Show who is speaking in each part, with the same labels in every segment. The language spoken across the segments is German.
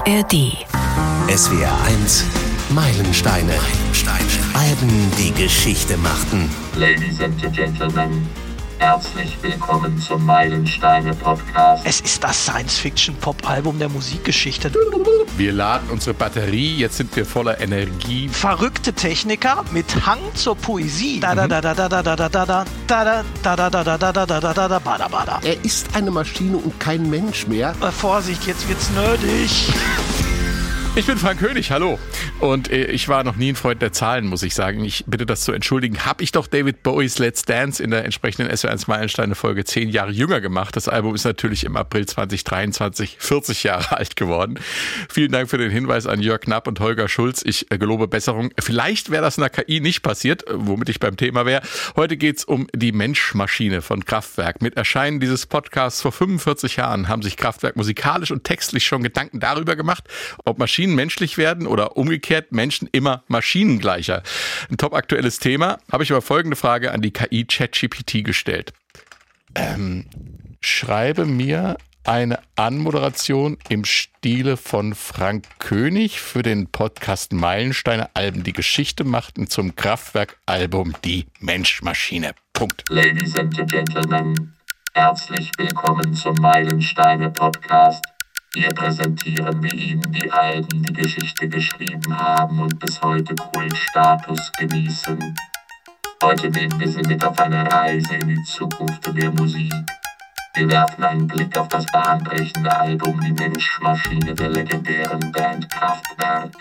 Speaker 1: ARD.
Speaker 2: SWR 1 Meilensteine. Alben, die Geschichte machten.
Speaker 3: Ladies and Gentlemen, herzlich willkommen zum Meilensteine-Podcast.
Speaker 4: Es ist das Science-Fiction-Pop-Album der Musikgeschichte.
Speaker 5: Wir laden unsere Batterie, jetzt sind wir voller Energie.
Speaker 4: Verrückte Techniker mit Hang zur Poesie. Er
Speaker 6: ist eine Maschine und kein Mensch mehr.
Speaker 4: Vorsicht, jetzt wird's nerdig.
Speaker 5: Ich bin Frank König, hallo. Und ich war noch nie ein Freund der Zahlen, muss ich sagen. Ich bitte das zu entschuldigen. Habe ich doch David Bowies Let's Dance in der entsprechenden SWR 1 Meilensteine Folge 10 Jahre jünger gemacht. Das Album ist natürlich im April 2023 40 Jahre alt geworden. Vielen Dank für den Hinweis an Jörg Knapp und Holger Schulz. Ich gelobe Besserung. Vielleicht wäre das in der KI nicht passiert, womit ich beim Thema wäre. Heute geht's um die Mensch-Maschine von Kraftwerk. Mit Erscheinen dieses Podcasts vor 45 Jahren haben sich Kraftwerk musikalisch und textlich schon Gedanken darüber gemacht, ob Maschinen menschlich werden oder umgekehrt Menschen immer maschinengleicher. Ein top aktuelles Thema. Habe ich aber folgende Frage an die KI ChatGPT gestellt. Schreibe mir eine Anmoderation im Stile von Frank König für den Podcast Meilensteine Alben, die Geschichte machten zum Kraftwerk-Album Die Mensch-Maschine. Punkt.
Speaker 3: Ladies and Gentlemen, herzlich willkommen zum Meilensteine-Podcast. Hier präsentieren wir Ihnen die Alben, die Geschichte geschrieben haben und bis heute Kultstatus genießen. Heute nehmen wir Sie mit auf eine Reise in die Zukunft der Musik. Wir werfen einen Blick auf das bahnbrechende Album Die Mensch-Maschine der legendären Band Kraftwerk.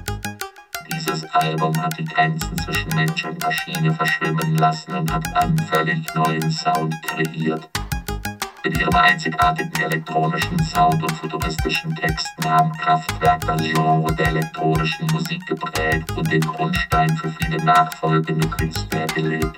Speaker 3: Dieses Album hat die Grenzen zwischen Mensch und Maschine verschwimmen lassen und hat einen völlig neuen Sound kreiert. Mit ihrem einzigartigen elektronischen Sound und futuristischen Texten haben Kraftwerk das Genre der elektronischen Musik geprägt und den Grundstein für viele nachfolgende Künstler gelegt.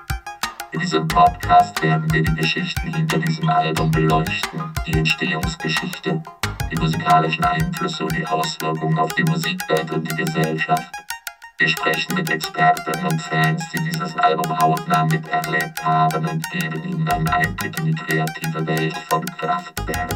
Speaker 3: In diesem Podcast werden wir die Geschichten hinter diesem Album beleuchten, die Entstehungsgeschichte, die musikalischen Einflüsse und die Auswirkungen auf die Musikwelt und die Gesellschaft. Wir sprechen mit Experten und Fans, die dieses Album hautnah miterlebt haben und geben ihnen einen Einblick in die kreative Welt von Kraftwerk.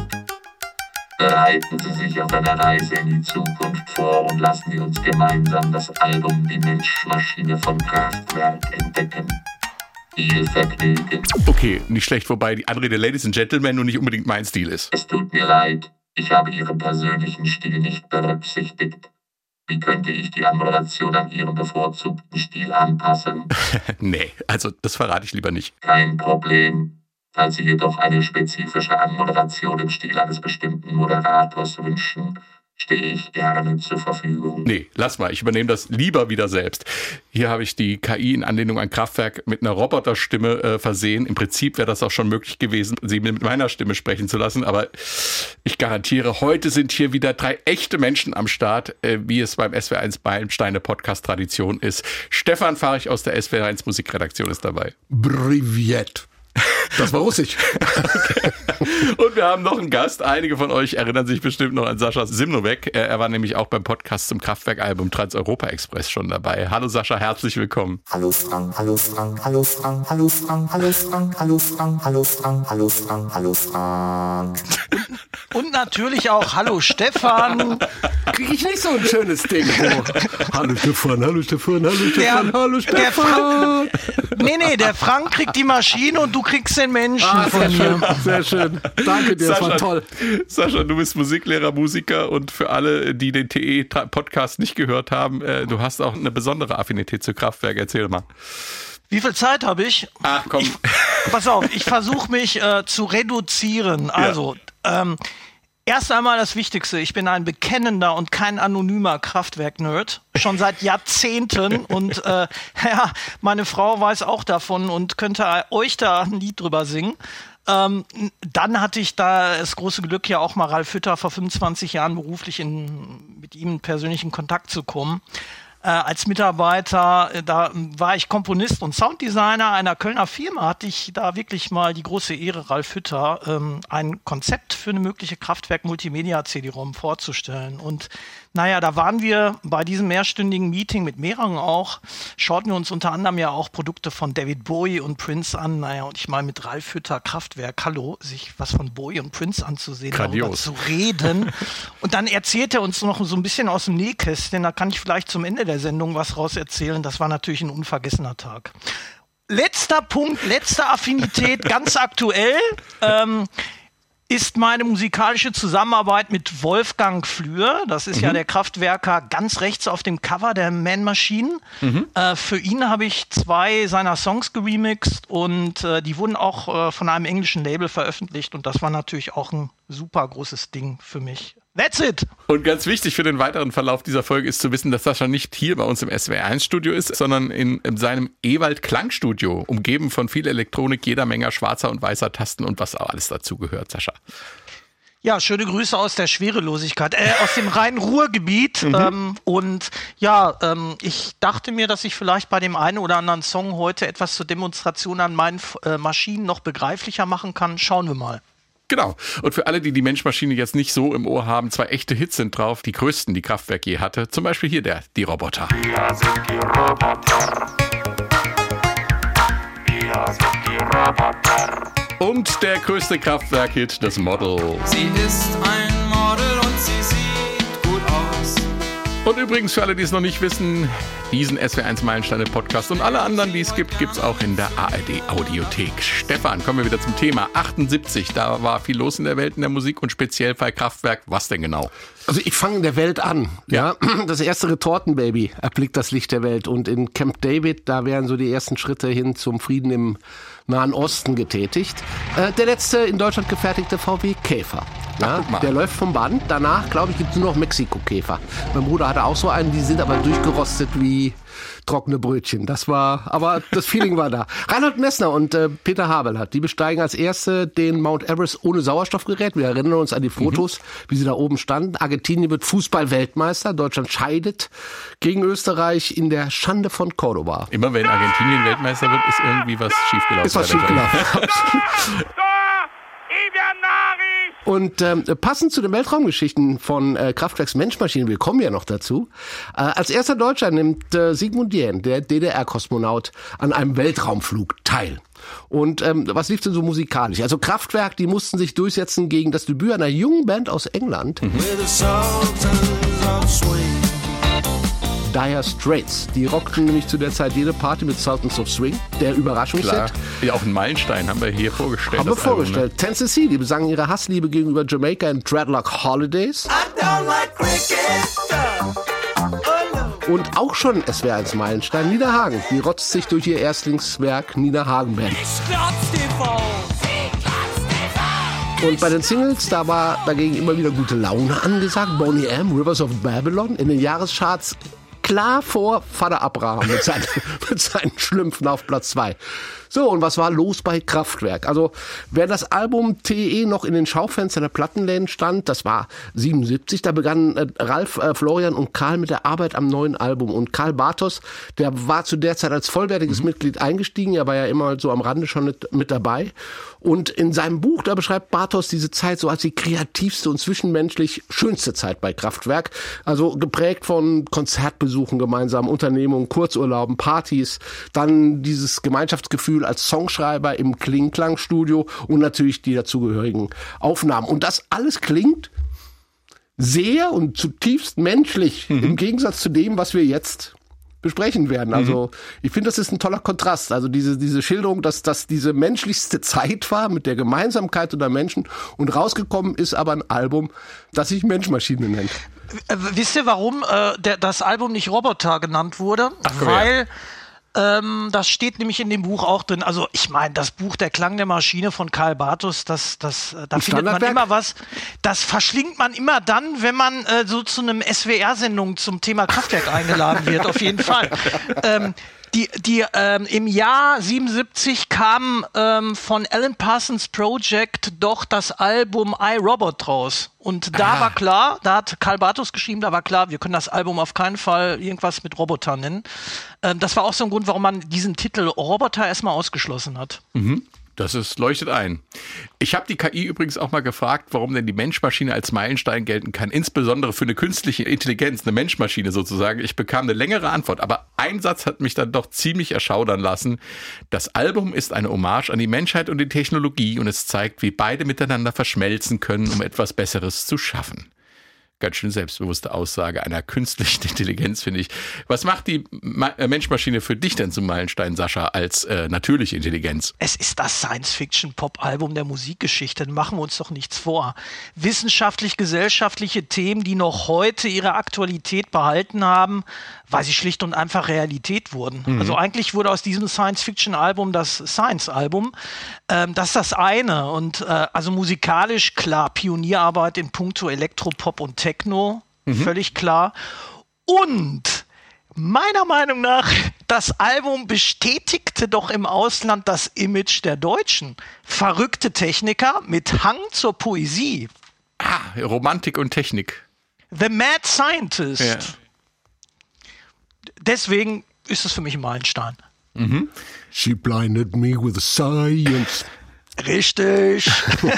Speaker 3: Bereiten Sie sich auf eine Reise in die Zukunft vor und lassen wir uns gemeinsam das Album Die Mensch-Maschine von Kraftwerk entdecken. Viel Vergnügen.
Speaker 5: Okay, nicht schlecht, wobei die Anrede Ladies and Gentlemen nun nicht unbedingt mein Stil ist.
Speaker 3: Es tut mir leid, ich habe Ihren persönlichen Stil nicht berücksichtigt. Wie könnte ich die Anmoderation an Ihren bevorzugten Stil anpassen?
Speaker 5: Nee, also das verrate ich lieber nicht.
Speaker 3: Kein Problem. Falls Sie jedoch eine spezifische Anmoderation im Stil eines bestimmten Moderators wünschen, stehe ich gerne zur Verfügung.
Speaker 5: Nee, lass mal, ich übernehme das lieber wieder selbst. Hier habe ich die KI in Anlehnung an Kraftwerk mit einer Roboterstimme versehen. Im Prinzip wäre das auch schon möglich gewesen, sie mit meiner Stimme sprechen zu lassen. Aber ich garantiere, heute sind hier wieder 3 echte Menschen am Start, wie es beim SWR 1 Meilensteine Podcast Tradition ist. Stefan Farich aus der SWR 1 Musikredaktion ist dabei.
Speaker 6: Privet. Das war Russisch.
Speaker 5: Okay. Und wir haben noch einen Gast. Einige von euch erinnern sich bestimmt noch an Sascha Simnowek. Er war nämlich auch beim Podcast zum Kraftwerk-Album Trans-Europa Express schon dabei. Hallo Sascha, herzlich willkommen.
Speaker 7: Hallo Frank, hallo Frank, hallo Frank, hallo Frank, hallo Frank, hallo Frank, hallo Frank, hallo Frank, hallo Frank.
Speaker 4: Und natürlich auch hallo Stefan.
Speaker 6: Kriege ich nicht so ein schönes Ding. Oh. Hallo Stefan, hallo Stefan, hallo Stefan, hallo Stefan.
Speaker 4: Der Frank kriegt die Maschine und du kriegst den Menschen von mir.
Speaker 6: Sehr schön. Danke dir, das war toll.
Speaker 5: Sascha, du bist Musiklehrer, Musiker und für alle, die den TE-Podcast nicht gehört haben, du hast auch eine besondere Affinität zu Kraftwerk. Erzähl mal.
Speaker 4: Wie viel Zeit habe ich?
Speaker 5: Ach komm.
Speaker 4: Pass auf, ich versuche mich zu reduzieren. Also, erst einmal das Wichtigste. Ich bin ein bekennender und kein anonymer Kraftwerk-Nerd. Schon seit Jahrzehnten. Und meine Frau weiß auch davon und könnte euch da ein Lied drüber singen. Dann hatte ich da das große Glück, ja auch mal Ralf Hütter vor 25 Jahren beruflich mit ihm in persönlichen Kontakt zu kommen. als Mitarbeiter. Da war ich Komponist und Sounddesigner einer Kölner Firma. Hatte ich da wirklich mal die große Ehre, Ralf Hütter, ein Konzept für eine mögliche Kraftwerk-Multimedia-CD-ROM vorzustellen. Und naja, da waren wir bei diesem mehrstündigen Meeting mit mehreren auch, schauten wir uns unter anderem ja auch Produkte von David Bowie und Prince an. Naja, und ich meine mit Ralf Hütter, Kraftwerk, hallo, sich was von Bowie und Prince anzusehen, darüber zu reden. Und dann erzählt er uns noch so ein bisschen aus dem Nähkästchen, da kann ich vielleicht zum Ende der Sendung was raus erzählen. Das war natürlich ein unvergessener Tag. Letzter Punkt, letzte Affinität, ganz aktuell, ist meine musikalische Zusammenarbeit mit Wolfgang Flür. Das ist ja der Kraftwerker ganz rechts auf dem Cover der Man Machine. Für ihn habe ich 2 seiner Songs geremixed und die wurden auch von einem englischen Label veröffentlicht und das war natürlich auch ein super großes Ding für mich. That's it!
Speaker 5: Und ganz wichtig für den weiteren Verlauf dieser Folge ist zu wissen, dass Sascha nicht hier bei uns im SWR1-Studio ist, sondern in seinem Ewald-Klangstudio, umgeben von viel Elektronik, jeder Menge schwarzer und weißer Tasten und was auch alles dazu gehört, Sascha.
Speaker 4: Ja, schöne Grüße aus der Schwerelosigkeit, aus dem Rhein-Ruhr-Gebiet. Ich dachte mir, dass ich vielleicht bei dem einen oder anderen Song heute etwas zur Demonstration an meinen Maschinen noch begreiflicher machen kann. Schauen wir mal.
Speaker 5: Genau. Und für alle, die die Mensch-Maschine jetzt nicht so im Ohr haben, 2 echte Hits sind drauf, die größten, die Kraftwerk je hatte. Zum Beispiel hier die Roboter.
Speaker 3: Wir sind die Roboter. Wir sind die Roboter.
Speaker 5: Und der größte Kraftwerk-Hit, das Model.
Speaker 1: Sie ist ein Model und sie sieht gut aus.
Speaker 5: Und übrigens, für alle, die es noch nicht wissen, diesen SWR1 Meilensteine-Podcast und alle anderen, die es gibt, gibt's auch in der ARD-Audiothek. Stefan, kommen wir wieder zum Thema 78. Da war viel los in der Welt in der Musik und speziell bei Kraftwerk. Was denn genau?
Speaker 6: Also ich fange in der Welt an. Ja. Das erste Retortenbaby erblickt das Licht der Welt. Und in Camp David, da wären so die ersten Schritte hin zum Frieden im Nahen Osten getätigt. Der letzte in Deutschland gefertigte VW Käfer. Ja, der läuft vom Band. Danach, glaube ich, gibt es nur noch Mexiko-Käfer. Mein Bruder hatte auch so einen, die sind aber durchgerostet wie trockene Brötchen. Aber das Feeling war da. Reinhold Messner und Peter Habelhardt, die besteigen als erste den Mount Everest ohne Sauerstoffgerät. Wir erinnern uns an die Fotos, wie sie da oben standen. Argentinien wird Fußball-Weltmeister. Deutschland scheidet gegen Österreich in der Schande von Cordoba.
Speaker 5: Immer wenn Argentinien Weltmeister wird, ist irgendwie was schiefgelaufen.
Speaker 6: Ist was schiefgelaufen. Und passend zu den Weltraumgeschichten von Kraftwerks Mensch-Maschine, wir kommen ja noch dazu, als erster Deutscher nimmt Sigmund Jähn, der DDR-Kosmonaut, an einem Weltraumflug teil. Und was lief denn so musikalisch? Also Kraftwerk, die mussten sich durchsetzen gegen das Debüt einer jungen Band aus England. Dire Straits. Die rockten nämlich zu der Zeit jede Party mit Sultans of Swing, der Überraschungshit.
Speaker 5: Ja, auch einen Meilenstein haben wir hier vorgestellt.
Speaker 6: Haben wir vorgestellt. Album, ne? Tennessee, die besangen ihre Hassliebe gegenüber Jamaica in Dreadlock Holidays. I don't like cricket. Und auch schon SWR1 Meilenstein, Nina Hagen. Die rotzt sich durch ihr Erstlingswerk Nina Hagen Band. Und bei den Singles, da war dagegen immer wieder gute Laune angesagt. Boney M, Rivers of Babylon, in den Jahrescharts klar vor Vater Abraham mit seinen Schlümpfen auf Platz 2. So, und was war los bei Kraftwerk? Also, wer das Album TE noch in den Schaufenstern der Plattenläden stand, das war 77, da begannen Ralf, Florian und Karl mit der Arbeit am neuen Album. Und Karl Bartos, der war zu der Zeit als vollwertiges Mitglied eingestiegen, er war ja immer so am Rande schon mit dabei. Und in seinem Buch, da beschreibt Bartos diese Zeit so als die kreativste und zwischenmenschlich schönste Zeit bei Kraftwerk. Also geprägt von Konzertbesuchen, gemeinsamen Unternehmungen, Kurzurlauben, Partys, dann dieses Gemeinschaftsgefühl als Songschreiber im Kling-Klang-Studio und natürlich die dazugehörigen Aufnahmen. Und das alles klingt sehr und zutiefst menschlich im Gegensatz zu dem, was wir jetzt besprechen werden. Also ich finde, das ist ein toller Kontrast. Also diese Schilderung, dass das diese menschlichste Zeit war mit der Gemeinsamkeit unter Menschen und rausgekommen ist aber ein Album, das sich Mensch-Maschine nennt.
Speaker 4: Wisst ihr, warum das Album nicht Roboter genannt wurde? Weil das steht nämlich in dem Buch auch drin. Also ich meine, das Buch Der Klang der Maschine von Karl Bartos, da findet man immer was. Das verschlingt man immer dann, wenn man so zu einem SWR-Sendung zum Thema Kraftwerk eingeladen wird, auf jeden Fall. Im Jahr 77 kam von Alan Parsons Project doch das Album iRobot raus. Und da war klar, da hat Karl Bartos geschrieben, da war klar, wir können das Album auf keinen Fall irgendwas mit Roboter nennen. Das war auch so ein Grund, warum man diesen Titel Roboter erstmal ausgeschlossen hat.
Speaker 5: Das leuchtet ein. Ich habe die KI übrigens auch mal gefragt, warum denn die Mensch-Maschine als Meilenstein gelten kann, insbesondere für eine künstliche Intelligenz, eine Mensch-Maschine sozusagen. Ich bekam eine längere Antwort, aber ein Satz hat mich dann doch ziemlich erschaudern lassen. Das Album ist eine Hommage an die Menschheit und die Technologie und es zeigt, wie beide miteinander verschmelzen können, um etwas Besseres zu schaffen. Ganz schön selbstbewusste Aussage einer künstlichen Intelligenz, finde ich. Was macht die Mensch-Maschine für dich denn zum Meilenstein, Sascha, als natürliche Intelligenz?
Speaker 4: Es ist das Science-Fiction-Pop-Album der Musikgeschichte. Machen wir uns doch nichts vor. Wissenschaftlich-gesellschaftliche Themen, die noch heute ihre Aktualität behalten haben, weil sie schlicht und einfach Realität wurden. Also eigentlich wurde aus diesem Science-Fiction-Album das Science-Album. Das ist das eine. Und also musikalisch, klar, Pionierarbeit in puncto Elektropop und Techno, völlig klar. Und meiner Meinung nach, das Album bestätigte doch im Ausland das Image der Deutschen. Verrückte Techniker mit Hang zur Poesie.
Speaker 5: Romantik und Technik.
Speaker 4: The Mad Scientist.
Speaker 5: Ja.
Speaker 4: Deswegen ist es für mich ein Meilenstein.
Speaker 6: She blinded me with science.
Speaker 4: Richtig.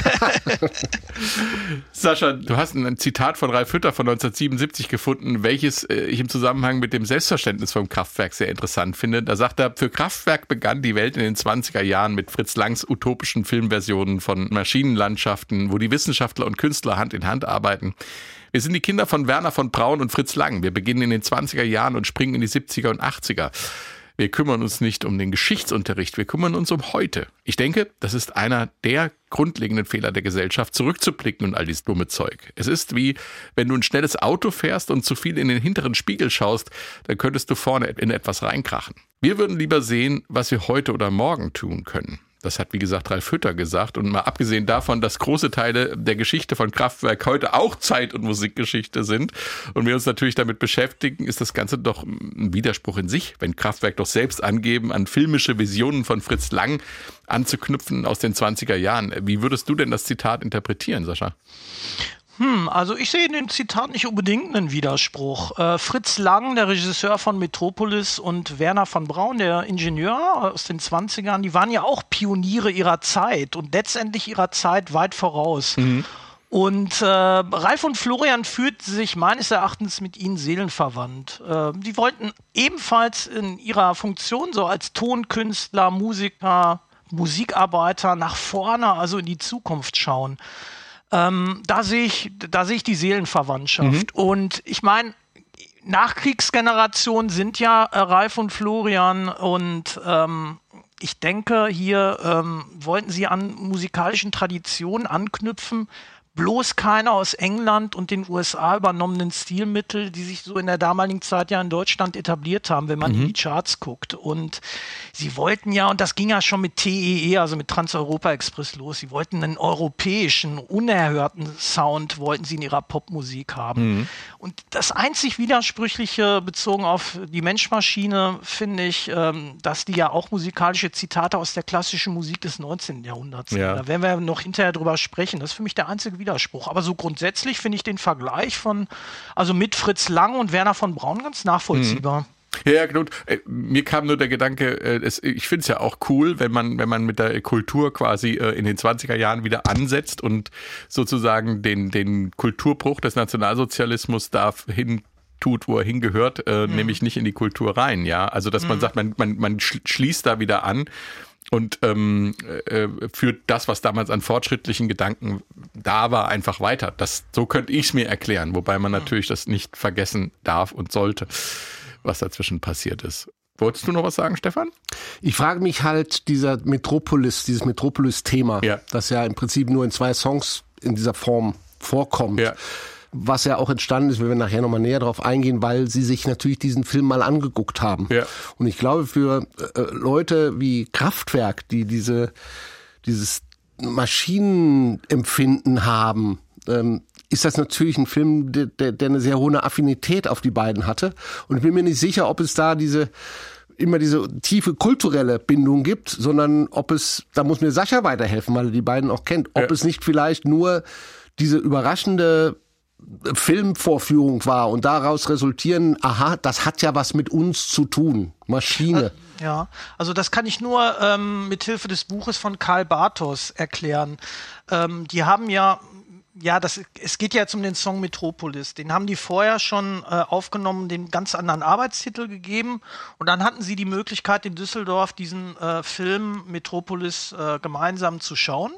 Speaker 5: Sascha, du hast ein Zitat von Ralf Hütter von 1977 gefunden, welches ich im Zusammenhang mit dem Selbstverständnis vom Kraftwerk sehr interessant finde. Da sagt er, für Kraftwerk begann die Welt in den 20er Jahren mit Fritz Langs utopischen Filmversionen von Maschinenlandschaften, wo die Wissenschaftler und Künstler Hand in Hand arbeiten. Wir sind die Kinder von Werner von Braun und Fritz Lang. Wir beginnen in den 20er Jahren und springen in die 70er und 80er. Wir kümmern uns nicht um den Geschichtsunterricht, wir kümmern uns um heute. Ich denke, das ist einer der grundlegenden Fehler der Gesellschaft, zurückzublicken und all dieses dumme Zeug. Es ist wie, wenn du ein schnelles Auto fährst und zu viel in den hinteren Spiegel schaust, dann könntest du vorne in etwas reinkrachen. Wir würden lieber sehen, was wir heute oder morgen tun können. Das hat, wie gesagt, Ralf Hütter gesagt. Und mal abgesehen davon, dass große Teile der Geschichte von Kraftwerk heute auch Zeit- und Musikgeschichte sind und wir uns natürlich damit beschäftigen, ist das Ganze doch ein Widerspruch in sich, wenn Kraftwerk doch selbst angeben, an filmische Visionen von Fritz Lang anzuknüpfen aus den 20er Jahren. Wie würdest du denn das Zitat interpretieren, Sascha?
Speaker 4: Also ich sehe in dem Zitat nicht unbedingt einen Widerspruch. Fritz Lang, der Regisseur von Metropolis, und Werner von Braun, der Ingenieur aus den 20ern, die waren ja auch Pioniere ihrer Zeit und letztendlich ihrer Zeit weit voraus. Und Ralf und Florian fühlten sich meines Erachtens mit ihnen seelenverwandt. Die wollten ebenfalls in ihrer Funktion so als Tonkünstler, Musiker, Musikarbeiter nach vorne, also in die Zukunft schauen. Da sehe ich die Seelenverwandtschaft. Und ich meine, Nachkriegsgenerationen sind ja Ralf und Florian und ich denke, hier wollten sie an musikalischen Traditionen anknüpfen, bloß keine aus England und den USA übernommenen Stilmittel, die sich so in der damaligen Zeit ja in Deutschland etabliert haben, wenn man in die Charts guckt. Und sie wollten ja, und das ging ja schon mit TEE, also mit Trans-Europa-Express los, sie wollten einen europäischen, unerhörten Sound, wollten sie in ihrer Popmusik haben. Und das einzig Widersprüchliche bezogen auf die Mensch-Maschine finde ich, dass die ja auch musikalische Zitate aus der klassischen Musik des 19. Jahrhunderts sind. Da werden wir noch hinterher drüber sprechen. Das ist für mich der einzige Widerspruch. Aber so grundsätzlich finde ich den Vergleich also mit Fritz Lang und Werner von Braun ganz nachvollziehbar.
Speaker 5: Ja, Knut, mir kam nur der Gedanke, ich finde es ja auch cool, wenn man mit der Kultur quasi in den 20er Jahren wieder ansetzt und sozusagen den Kulturbruch des Nationalsozialismus dahin tut, wo er hingehört, nämlich nicht in die Kultur rein, ja. Also dass man sagt, man schließt da wieder an und führt das, was damals an fortschrittlichen Gedanken da war, einfach weiter. So könnte ich es mir erklären, wobei man natürlich das nicht vergessen darf und sollte, was dazwischen passiert ist. Wolltest du noch was sagen, Stefan?
Speaker 6: Ich frage mich halt, dieses Metropolis-Thema, das ja im Prinzip nur in 2 Songs in dieser Form vorkommt, was ja auch entstanden ist, wenn wir nachher nochmal näher drauf eingehen, weil sie sich natürlich diesen Film mal angeguckt haben. Und ich glaube, für Leute wie Kraftwerk, die dieses Maschinenempfinden haben, ist das natürlich ein Film, der eine sehr hohe Affinität auf die beiden hatte. Und ich bin mir nicht sicher, ob es da diese immer diese tiefe kulturelle Bindung gibt, sondern ob es, da muss mir Sascha weiterhelfen, weil er die beiden auch kennt, ob es nicht vielleicht nur diese überraschende Filmvorführung war und daraus resultieren, aha, das hat ja was mit uns zu tun. Maschine.
Speaker 4: Ja, also das kann ich nur mit Hilfe des Buches von Karl Bartos erklären. Die haben es geht ja jetzt um den Song Metropolis. Den haben die vorher schon aufgenommen, den ganz anderen Arbeitstitel gegeben. Und dann hatten sie die Möglichkeit, in Düsseldorf diesen Film Metropolis gemeinsam zu schauen.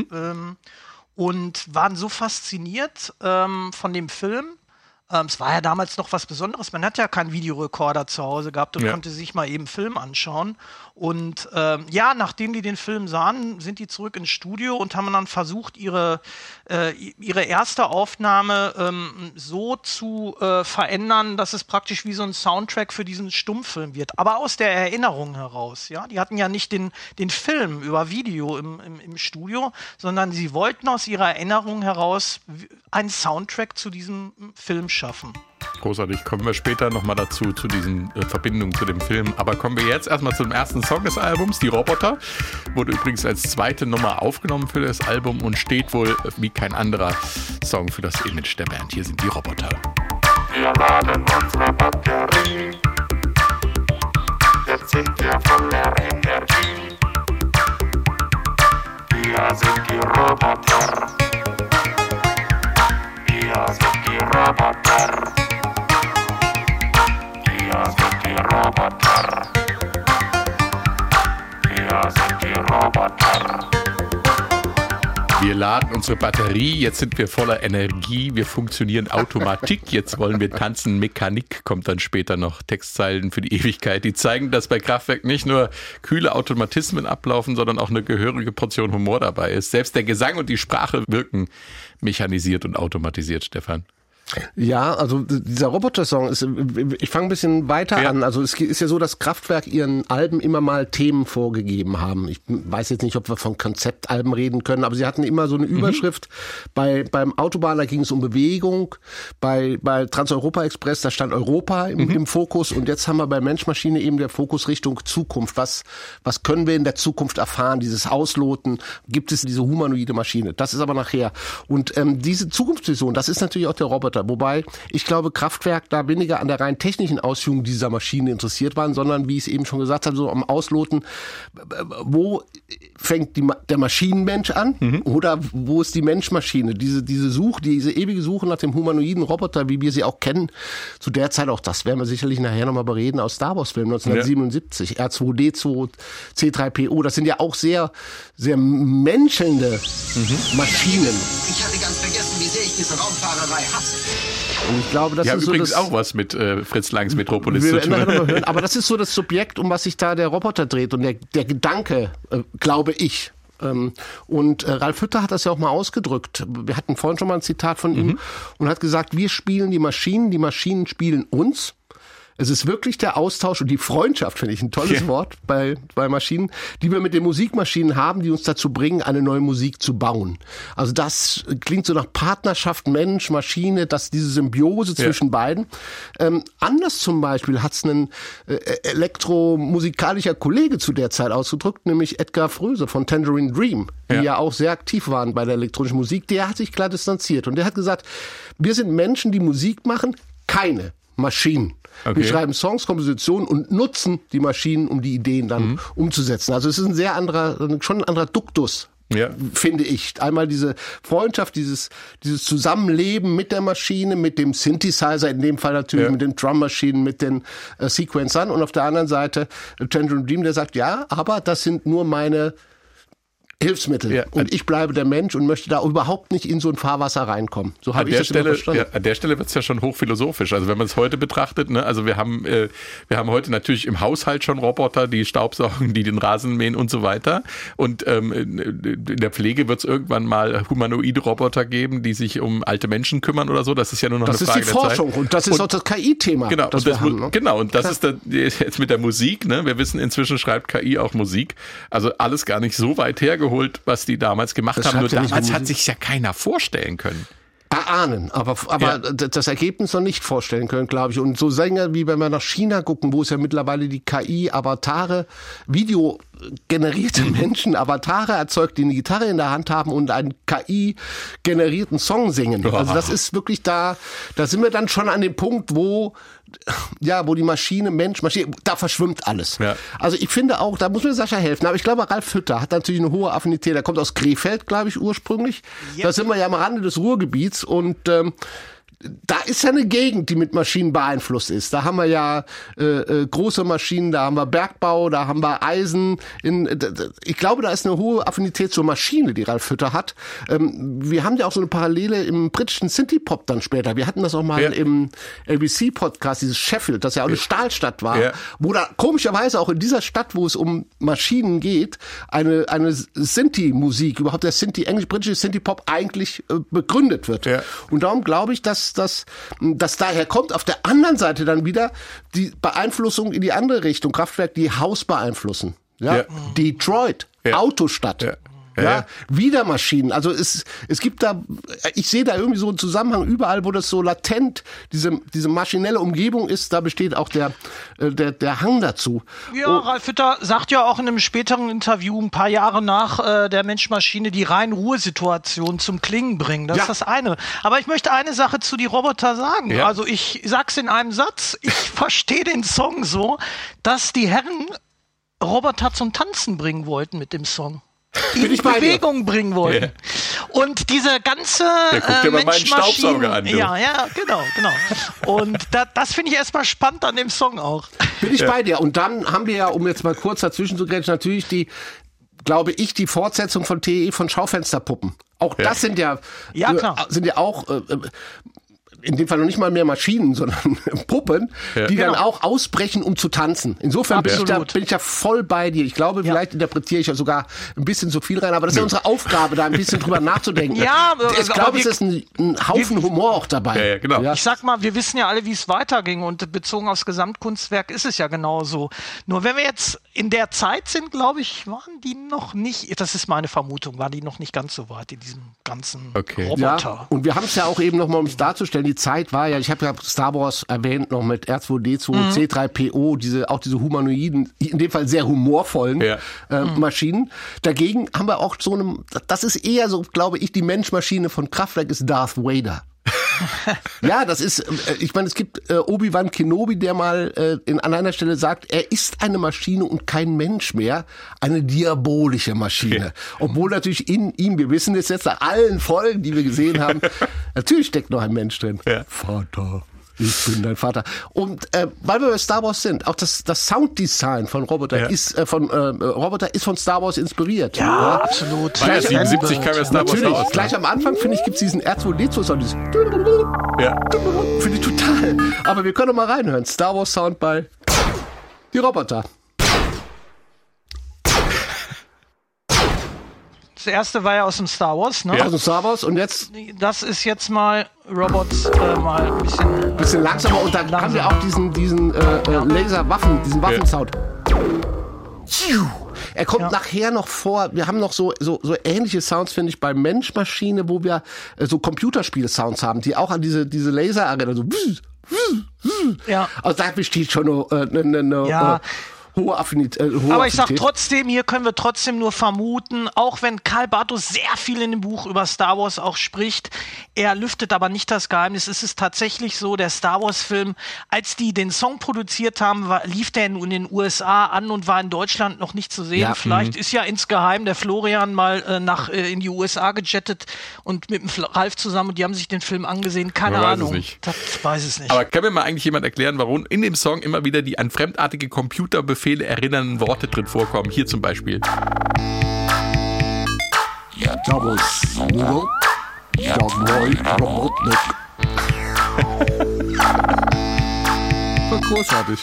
Speaker 4: Und waren so fasziniert von dem Film. Es war ja damals noch was Besonderes. Man hat ja keinen Videorekorder zu Hause gehabt und konnte sich mal eben Film anschauen. Und nachdem die den Film sahen, sind die zurück ins Studio und haben dann versucht, ihre erste Aufnahme so zu verändern, dass es praktisch wie so ein Soundtrack für diesen Stummfilm wird. Aber aus der Erinnerung heraus. Ja? Die hatten ja nicht den Film über Video im Studio, sondern sie wollten aus ihrer Erinnerung heraus einen Soundtrack zu diesem Film schaffen.
Speaker 5: Großartig, kommen wir später nochmal dazu, zu diesen Verbindungen zu dem Film. Aber kommen wir jetzt erstmal zum ersten Song des Albums, Die Roboter. Wurde übrigens als zweite Nummer aufgenommen für das Album und steht wohl wie kein anderer Song für das Image der Band. Hier sind Die Roboter.
Speaker 3: Wir laden unsere Batterie. Jetzt sind wir voller Energie. Wir sind die Roboter. Wir sind die Roboter. Wir sind die Roboter. Wir sind die Roboter.
Speaker 5: Wir laden unsere Batterie, jetzt sind wir voller Energie, wir funktionieren Automatik, jetzt wollen wir tanzen, Mechanik, kommt dann später noch, Textzeilen für die Ewigkeit, die zeigen, dass bei Kraftwerk nicht nur kühle Automatismen ablaufen, sondern auch eine gehörige Portion Humor dabei ist. Selbst der Gesang und die Sprache wirken mechanisiert und automatisiert, Stefan.
Speaker 6: Ja, also dieser Roboter-Song ist, ich fange ein bisschen weiter an. Also es ist ja so, dass Kraftwerk ihren Alben immer mal Themen vorgegeben haben. Ich weiß jetzt nicht, ob wir von Konzeptalben reden können, aber sie hatten immer so eine Überschrift. Beim Autobahner ging es um Bewegung, bei Trans-Europa Express, da stand Europa im Fokus und jetzt haben wir bei Mensch-Maschine eben der Fokus Richtung Zukunft. Was können wir in der Zukunft erfahren, dieses Ausloten? Gibt es diese humanoide Maschine? Das ist aber nachher. Und diese Zukunftsvision, das ist natürlich auch der Roboter. Wobei, ich glaube, Kraftwerk da weniger an der rein technischen Ausführung dieser Maschine interessiert waren, sondern, wie ich es eben schon gesagt habe, so am Ausloten, wo fängt der Maschinenmensch an oder wo ist die Menschmaschine? Diese ewige Suche nach dem humanoiden Roboter, wie wir sie auch kennen, zu der Zeit auch, das werden wir sicherlich nachher nochmal bereden, aus Star Wars Film 1977, R2D2, C3PO, das sind ja auch sehr, sehr menschelnde Maschinen.
Speaker 8: Ich hatte ganz vergessen, wie sehr ich diese Raumfahrerei hasse.
Speaker 6: Und ich glaube, das
Speaker 5: ja,
Speaker 6: ist
Speaker 5: übrigens
Speaker 6: so
Speaker 5: auch was mit Fritz Langs Metropolis zu tun.
Speaker 6: Aber das ist so das Subjekt, um was sich da der Roboter dreht und der Gedanke, glaube ich. Und Ralf Hütter hat das ja auch mal ausgedrückt. Wir hatten vorhin schon mal ein Zitat von ihm und hat gesagt, wir spielen die Maschinen spielen uns. Es ist wirklich der Austausch und die Freundschaft, finde ich ein tolles Wort bei Maschinen, die wir mit den Musikmaschinen haben, die uns dazu bringen, eine neue Musik zu bauen. Also das klingt so nach Partnerschaft Mensch, Maschine, diese Symbiose zwischen beiden. Anders zum Beispiel hat es ein elektromusikalischer Kollege zu der Zeit ausgedrückt, nämlich Edgar Fröse von Tangerine Dream, die ja auch sehr aktiv waren bei der elektronischen Musik. Der hat sich klar distanziert und der hat gesagt, wir sind Menschen, die Musik machen, keine Maschinen. Okay. Wir schreiben Songs, Kompositionen und nutzen die Maschinen, um die Ideen dann umzusetzen. Also es ist schon ein anderer Duktus, finde ich. Einmal diese Freundschaft, dieses Zusammenleben mit der Maschine, mit dem Synthesizer, in dem Fall natürlich mit den Drummaschinen, mit den Sequencern und auf der anderen Seite Tangerine Dream, der sagt, ja, aber das sind nur meine Hilfsmittel. Ja. Und ich bleibe der Mensch und möchte da überhaupt nicht in so ein Fahrwasser reinkommen. So habe ich das immer verstanden.
Speaker 5: An der Stelle wird es ja schon hochphilosophisch. Also wenn man es heute betrachtet, ne, also wir haben heute natürlich im Haushalt schon Roboter, die staubsaugen, die den Rasen mähen und so weiter. Und in der Pflege wird es irgendwann mal humanoide Roboter geben, die sich um alte Menschen kümmern oder so. Das ist ja nur noch eine Frage der Zeit. Das ist die Forschung
Speaker 6: und das ist auch das KI-Thema.
Speaker 5: Genau, das wir haben, ne? Genau, und das ist jetzt mit der Musik. Ne? Wir wissen, inzwischen schreibt KI auch Musik. Also alles gar nicht so weit hergeholt, was die damals gemacht haben. Nur damals hat sich ja keiner vorstellen können.
Speaker 6: erahnen, aber das Ergebnis noch nicht vorstellen können, glaube ich. Und so Sänger, wie wenn wir nach China gucken, wo es ja mittlerweile die KI-Avatare, videogenerierte Menschen, Avatare erzeugt, die eine Gitarre in der Hand haben und einen KI-generierten Song singen. Also das ist wirklich da sind wir dann schon an dem Punkt, wo die Maschine, da verschwimmt alles. Ja. Also ich finde auch, da muss mir Sascha helfen, aber ich glaube, Ralf Hütter hat natürlich eine hohe Affinität, der kommt aus Krefeld, glaube ich, ursprünglich. Yep. Da sind wir ja am Rande des Ruhrgebiets und da ist ja eine Gegend, die mit Maschinen beeinflusst ist. Da haben wir ja große Maschinen, da haben wir Bergbau, da haben wir Eisen. Ich glaube, da ist eine hohe Affinität zur Maschine, die Ralf Hütter hat. Wir haben ja auch so eine Parallele im britischen Synthie-Pop dann später. Wir hatten das auch mal im LBC-Podcast, dieses Sheffield, das ja auch eine Stahlstadt war, wo da komischerweise auch in dieser Stadt, wo es um Maschinen geht, eine Synthie-Musik, überhaupt der britische Synthie-Pop eigentlich begründet wird. Ja. Und darum glaube ich, dass daher kommt. Auf der anderen Seite dann wieder die Beeinflussung in die andere Richtung. Kraftwerk, die Haus beeinflussen. Ja? Detroit, Autostadt. Ja, wieder Maschinen. Also es gibt da, ich sehe da irgendwie so einen Zusammenhang überall, wo das so latent, diese maschinelle Umgebung ist, da besteht auch der Hang dazu.
Speaker 4: Ja, Ralf Hütter sagt ja auch in einem späteren Interview, ein paar Jahre nach der Mensch-Maschine, die Rein-Ruhe-Situation zum Klingen bringen. Das ist das eine. Aber ich möchte eine Sache zu die Roboter sagen. Ja. Also ich sag's in einem Satz, ich verstehe den Song so, dass die Herren Roboter zum Tanzen bringen wollten mit dem Song. In Bewegung bringen wollten. Yeah. Und diese ganze
Speaker 5: guck dir mal meinen Staubsauger an.
Speaker 4: Ja, genau. Und das finde ich erstmal spannend an dem Song auch.
Speaker 6: Bin ich bei dir. Und dann haben wir ja, um jetzt mal kurz dazwischen zu grätschen, natürlich die Fortsetzung von TE von Schaufensterpuppen. Auch das sind ja auch in dem Fall noch nicht mal mehr Maschinen, sondern Puppen, die dann auch ausbrechen, um zu tanzen. Insofern bin ich da voll bei dir. Ich glaube, vielleicht interpretiere ich ja sogar ein bisschen zu viel rein, aber das ist ja unsere Aufgabe, da ein bisschen drüber nachzudenken.
Speaker 4: Ja,
Speaker 6: ich glaube, es ist ein Haufen Humor auch dabei.
Speaker 5: Ja, genau.
Speaker 4: Ich sag mal, wir wissen ja alle, wie es weiterging und bezogen aufs Gesamtkunstwerk ist es ja genauso. Nur wenn wir jetzt in der Zeit sind, glaube ich, waren die noch nicht, das ist meine Vermutung, waren die noch nicht ganz so weit in diesem ganzen Roboter.
Speaker 6: Ja, und wir haben es ja auch eben nochmal, um es darzustellen, die Zeit war ja, ich habe ja Star Wars erwähnt, noch mit R2-D2, C3PO, diese humanoiden, in dem Fall sehr humorvollen Maschinen. Dagegen haben wir auch das ist eher so, glaube ich, die Menschmaschine von Kraftwerk ist Darth Vader. Ja, das ist, ich meine, es gibt Obi-Wan Kenobi, der mal an einer Stelle sagt, er ist eine Maschine und kein Mensch mehr, eine diabolische Maschine. Ja. Obwohl natürlich in ihm, wir wissen es jetzt nach allen Folgen, die wir gesehen haben, natürlich steckt noch ein Mensch drin. Ja. Vater. Ich bin dein Vater. Und weil wir bei Star Wars sind, auch das Sounddesign von Roboter ist von Star Wars inspiriert.
Speaker 4: Ja, absolut.
Speaker 5: 77 kam ja Star Wars raus.
Speaker 6: Gleich am Anfang, finde ich, gibt es diesen R2-D2-Sound. Finde ich total. Aber wir können doch mal reinhören. Star Wars Sound bei die Roboter.
Speaker 4: Das erste war ja aus dem Star Wars, ne?
Speaker 6: Ja. Aus dem Star Wars und jetzt?
Speaker 4: Das ist jetzt mal Robots mal ein
Speaker 6: bisschen langsamer und dann haben wir auch diesen Laserwaffen, diesen Waffensound. Er kommt nachher noch vor, wir haben noch so ähnliche Sounds, finde ich, bei Mensch-Maschine, wo wir so Computerspiel-Sounds haben, die auch an diese Laser erinnern, so Also da besteht schon eine hohe Affinität.
Speaker 4: Aber ich sag trotzdem, hier können wir trotzdem nur vermuten, auch wenn Karl Bartos sehr viel in dem Buch über Star Wars auch spricht, er lüftet aber nicht das Geheimnis. Es ist tatsächlich so, der Star Wars Film, als die den Song produziert haben, lief der in den USA an und war in Deutschland noch nicht zu sehen. Ja. Vielleicht ist ja insgeheim der Florian mal in die USA gejettet und mit dem Ralf zusammen und die haben sich den Film angesehen. Keine Ahnung. Das weiß es nicht.
Speaker 5: Aber kann mir mal eigentlich jemand erklären, warum in dem Song immer wieder die an fremdartige Computerbefehle erinnernden Worte drin vorkommen. Hier zum Beispiel. Voll großartig.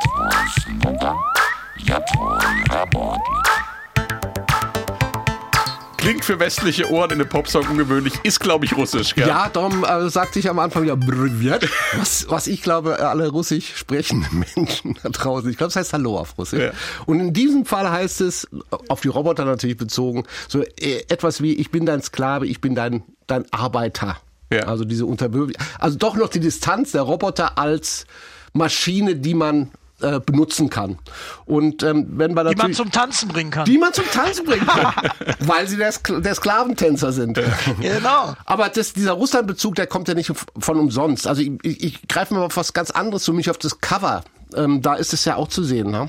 Speaker 5: Klingt für westliche Ohren in einem Popsong ungewöhnlich, ist, glaube ich, russisch, gell?
Speaker 6: Ja, darum sagte ich am Anfang ja, was ich glaube, alle russisch sprechenden Menschen da draußen, ich glaube, es heißt Hallo auf Russisch. Ja. Und in diesem Fall heißt es, auf die Roboter natürlich bezogen, so etwas wie, ich bin dein Sklave, ich bin dein Arbeiter.
Speaker 5: Ja.
Speaker 6: Also diese also doch noch die Distanz der Roboter als Maschine, die man benutzen kann. Und wenn wir
Speaker 4: die man zum Tanzen bringen kann.
Speaker 6: Weil sie der Sklaventänzer sind.
Speaker 4: Genau.
Speaker 6: Aber dieser Russland-Bezug, der kommt ja nicht von umsonst. Also ich greife mal auf was ganz anderes für mich auf das Cover. Da ist es ja auch zu sehen. Ne?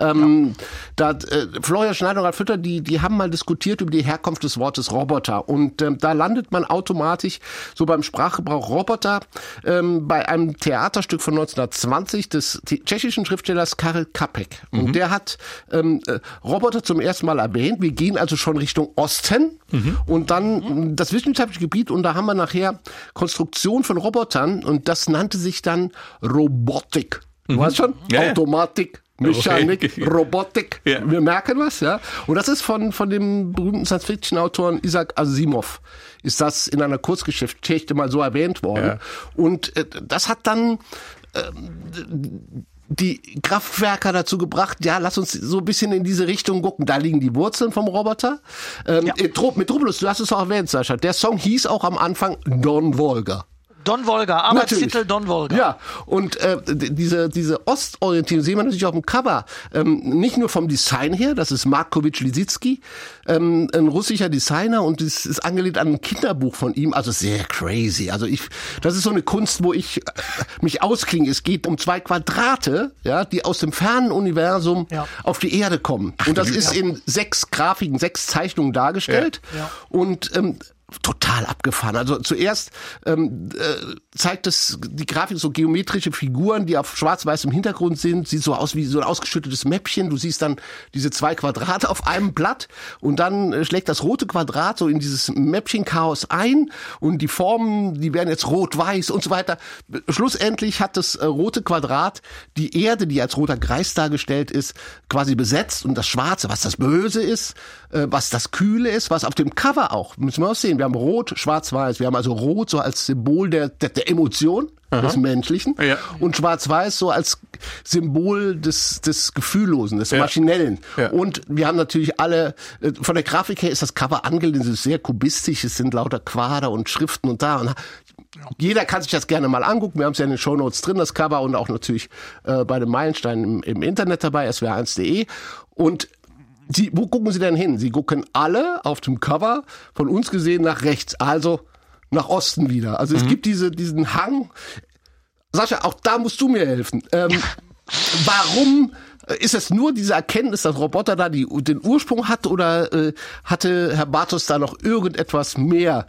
Speaker 6: Florian Schneider und Ralf Hütter, die haben mal diskutiert über die Herkunft des Wortes Roboter. Und da landet man automatisch so beim Sprachgebrauch Roboter bei einem Theaterstück von 1920 des tschechischen Schriftstellers Karel Čapek. Und der hat Roboter zum ersten Mal erwähnt. Wir gehen also schon Richtung Osten und dann das wissenschaftliche Gebiet. Und da haben wir nachher Konstruktion von Robotern und das nannte sich dann Robotik. Du weißt schon? Ja, Automatik, Mechanik, okay. Robotik. Ja. Wir merken was, ja. Und das ist von dem berühmten Science-Fiction-Autoren Isaac Asimov. Ist das in einer Kurzgeschichte mal so erwähnt worden. Ja. Und das hat dann die Kraftwerker dazu gebracht, ja, lass uns so ein bisschen in diese Richtung gucken. Da liegen die Wurzeln vom Roboter. Metropolis, du hast es auch erwähnt, Sascha. Der Song hieß auch am Anfang Don Volga.
Speaker 4: Don Volga, Arbeitstitel Don Volga.
Speaker 6: Ja, und diese Ostorientierung sehen wir natürlich auf dem Cover. Nicht nur vom Design her, das ist Markovic Lisicki, ein russischer Designer und das ist angelehnt an ein Kinderbuch von ihm, also sehr crazy. Also das ist so eine Kunst, wo ich mich ausklinge. Es geht um 2 Quadrate, ja, die aus dem fernen Universum auf die Erde kommen. Und das ist in 6 Grafiken, 6 Zeichnungen dargestellt. Ja. Und total abgefahren. Also zuerst zeigt die Grafik so geometrische Figuren, die auf schwarz-weißem Hintergrund sind. Sieht so aus wie so ein ausgeschüttetes Mäppchen. Du siehst dann diese 2 Quadrate auf einem Blatt und dann schlägt das rote Quadrat so in dieses Mäppchen-Chaos ein und die Formen, die werden jetzt rot-weiß und so weiter. Schlussendlich hat das rote Quadrat die Erde, die als roter Kreis dargestellt ist, quasi besetzt und das Schwarze, was das Böse ist, was das Kühle ist, was auf dem Cover auch, müssen wir auch sehen. Wir haben Rot, Schwarz-Weiß. Wir haben also Rot so als Symbol der Emotion, des Menschlichen. Ja. Und Schwarz-Weiß so als Symbol des Gefühllosen, des Maschinellen. Ja. Und wir haben natürlich alle, von der Grafik her ist das Cover angelehnt, es ist sehr kubistisch, es sind lauter Quader und Schriften und da. Und jeder kann sich das gerne mal angucken. Wir haben es ja in den Shownotes drin, das Cover, und auch natürlich bei den Meilensteinen im Internet dabei, swr1.de. Und wo gucken Sie denn hin? Sie gucken alle auf dem Cover von uns gesehen nach rechts, also nach Osten wieder. Also es gibt diesen Hang. Sascha, auch da musst du mir helfen. Warum ist es nur diese Erkenntnis, dass Roboter da den Ursprung hat, oder hatte Herr Bartos da noch irgendetwas mehr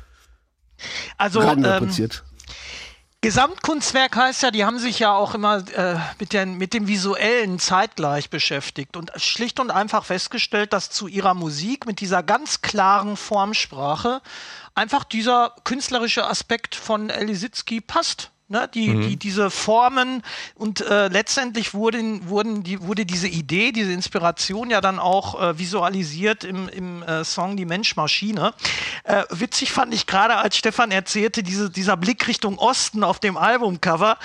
Speaker 6: reininterpretiert?
Speaker 4: Gesamtkunstwerk heißt ja, die haben sich ja auch immer mit dem Visuellen zeitgleich beschäftigt und schlicht und einfach festgestellt, dass zu ihrer Musik mit dieser ganz klaren Formsprache einfach dieser künstlerische Aspekt von Lisicki passt. Ne, diese Formen und letztendlich wurde diese Idee, diese Inspiration ja dann auch visualisiert im Song Die Mensch-Maschine. Witzig fand ich gerade, als Stefan erzählte, dieser Blick Richtung Osten auf dem Albumcover.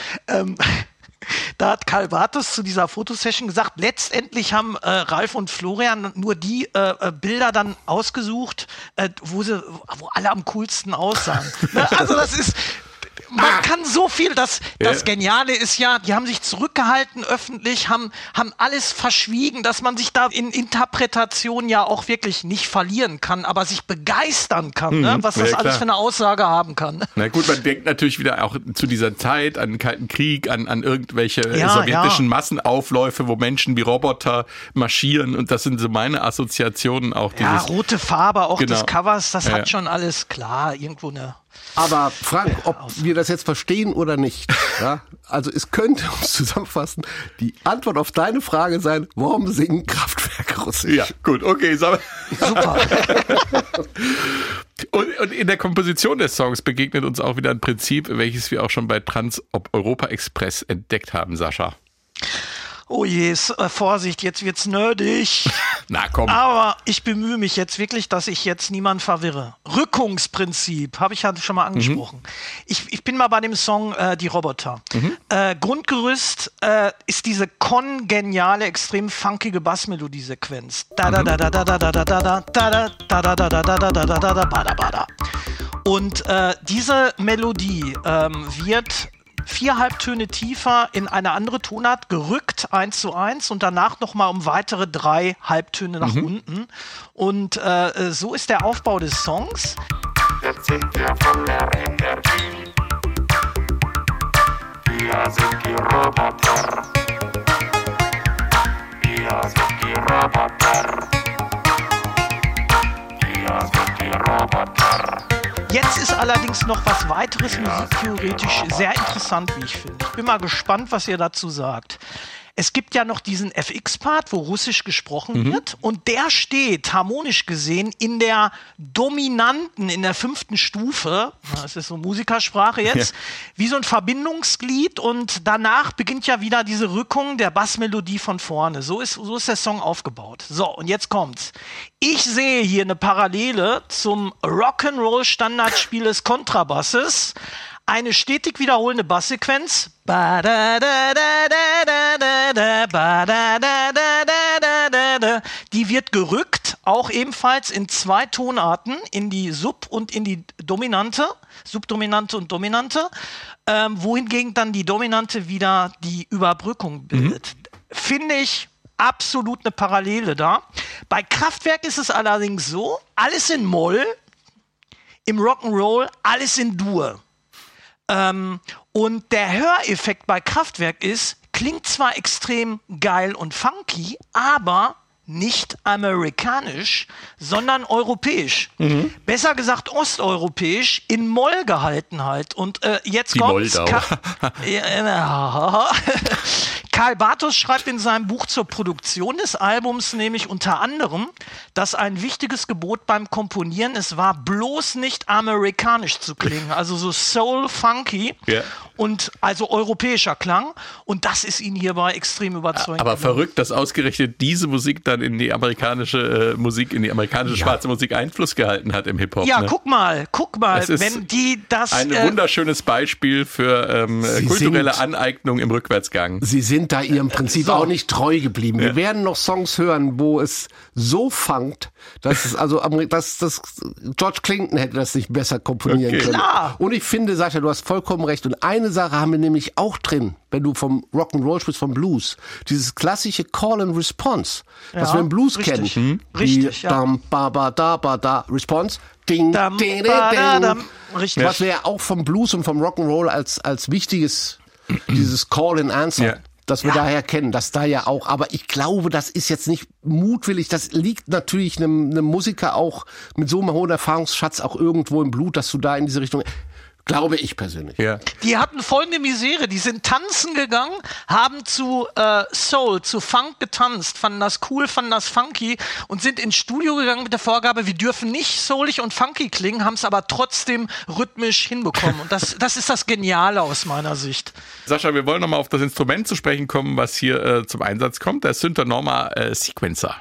Speaker 4: Da hat Karl Bartos zu dieser Fotosession gesagt, letztendlich haben Ralf und Florian nur die Bilder dann ausgesucht, wo alle am coolsten aussahen. Ne? Also das ist... Man kann so viel, das Geniale ist ja, die haben sich zurückgehalten öffentlich, haben alles verschwiegen, dass man sich da in Interpretation ja auch wirklich nicht verlieren kann, aber sich begeistern kann, ne? Was das alles für eine Aussage haben kann.
Speaker 5: Na gut, man denkt natürlich wieder auch zu dieser Zeit an den Kalten Krieg, an irgendwelche sowjetischen Massenaufläufe, wo Menschen wie Roboter marschieren, und das sind so meine Assoziationen auch.
Speaker 4: Rote Farbe auch des Covers, das hat schon alles klar, irgendwo eine...
Speaker 6: Aber Frank, ob wir das jetzt verstehen oder nicht, ja, also es könnte uns zusammenfassen, die Antwort auf deine Frage sein, warum singen Kraftwerke Russisch?
Speaker 5: Ja, gut, okay.
Speaker 4: Super.
Speaker 5: Und in der Komposition des Songs begegnet uns auch wieder ein Prinzip, welches wir auch schon bei Trans-Europa Express entdeckt haben, Sascha.
Speaker 4: Oh je, Vorsicht, jetzt wird's nerdig.
Speaker 5: Na komm.
Speaker 4: Aber ich bemühe mich jetzt wirklich, dass ich jetzt niemanden verwirre. Rückungsprinzip, habe ich ja schon mal angesprochen. Ich bin mal bei dem Song Die Roboter. Grundgerüst ist diese kongeniale, extrem funkige Bassmelodie-Sequenz. Und diese Melodie wird 4 Halbtöne tiefer in eine andere Tonart gerückt, 1:1, und danach nochmal um weitere 3 Halbtöne nach unten. Und so ist der Aufbau des Songs.
Speaker 9: Jetzt sind wir voller Energie. Wir sind die Roboter. Wir sind die Roboter. Wir sind die Roboter.
Speaker 4: Jetzt ist allerdings noch was weiteres musiktheoretisch sehr interessant, wie ich finde. Ich bin mal gespannt, was ihr dazu sagt. Es gibt ja noch diesen FX-Part, wo Russisch gesprochen wird, und der steht, harmonisch gesehen, in der dominanten, in der 5. Stufe, das ist so Musikersprache jetzt, wie so ein Verbindungsglied, und danach beginnt ja wieder diese Rückung der Bassmelodie von vorne. So ist der Song aufgebaut. So, und jetzt kommt's. Ich sehe hier eine Parallele zum Rock'n'Roll-Standardspiel des Kontrabasses. Eine stetig wiederholende Basssequenz. Die wird gerückt, auch ebenfalls in 2 Tonarten, in die Sub- und in die Dominante, Subdominante und Dominante, wohingegen dann die Dominante wieder die Überbrückung bildet. Finde ich absolut eine Parallele da. Bei Kraftwerk ist es allerdings so, alles in Moll, im Rock'n'Roll alles in Dur. Und der Höreffekt bei Kraftwerk ist, klingt zwar extrem geil und funky, aber nicht amerikanisch, sondern europäisch. Besser gesagt osteuropäisch, in Moll gehalten halt. Und jetzt kommt's. Karl Bartos schreibt in seinem Buch zur Produktion des Albums nämlich unter anderem, dass ein wichtiges Gebot beim Komponieren es war, bloß nicht amerikanisch zu klingen, also so soul-funky und also europäischer Klang, und das ist ihn hierbei extrem überzeugend.
Speaker 5: Aber verrückt, dass ausgerechnet diese Musik dann in die amerikanische Musik, in die amerikanische schwarze Musik Einfluss gehalten hat im Hip-Hop.
Speaker 4: Ja,
Speaker 5: ne?
Speaker 4: guck mal, wenn die das...
Speaker 5: Ein wunderschönes Beispiel für kulturelle Aneignung im Rückwärtsgang.
Speaker 6: Sie sind da ihrem Prinzip auch nicht treu geblieben. Wir werden noch Songs hören, wo es so funkt, dass es dass George Clinton hätte das nicht besser komponieren können.
Speaker 4: Klar.
Speaker 6: Und ich finde, Sascha, du hast vollkommen recht. Und eine Sache haben wir nämlich auch drin, wenn du vom Rock'n'Roll sprichst, vom Blues. Dieses klassische Call and Response, das wir im Blues kennen.
Speaker 4: Richtig, ja.
Speaker 6: Dam, ba, ba, da, Response. Ding,
Speaker 4: Dam,
Speaker 6: ding,
Speaker 4: ba,
Speaker 6: ding,
Speaker 4: da,
Speaker 6: ding.
Speaker 4: dam. Richtig.
Speaker 6: Was wir ja auch vom Blues und vom Rock'n'Roll als wichtiges, dieses Call and Answer, das wir daher kennen, das da ja auch, aber ich glaube, das ist jetzt nicht mutwillig, das liegt natürlich einem Musiker auch mit so einem hohen Erfahrungsschatz auch irgendwo im Blut, dass du da in diese Richtung, glaube ich persönlich.
Speaker 5: Ja.
Speaker 4: Die hatten folgende Misere, die sind tanzen gegangen, haben zu Soul, zu Funk getanzt, fanden das cool, fanden das funky und sind ins Studio gegangen mit der Vorgabe, wir dürfen nicht soulig und funky klingen, haben es aber trotzdem rhythmisch hinbekommen. Und das ist das Geniale aus meiner Sicht.
Speaker 5: Sascha, wir wollen nochmal auf das Instrument zu sprechen kommen, was hier zum Einsatz kommt, der Synth-Norma Sequencer.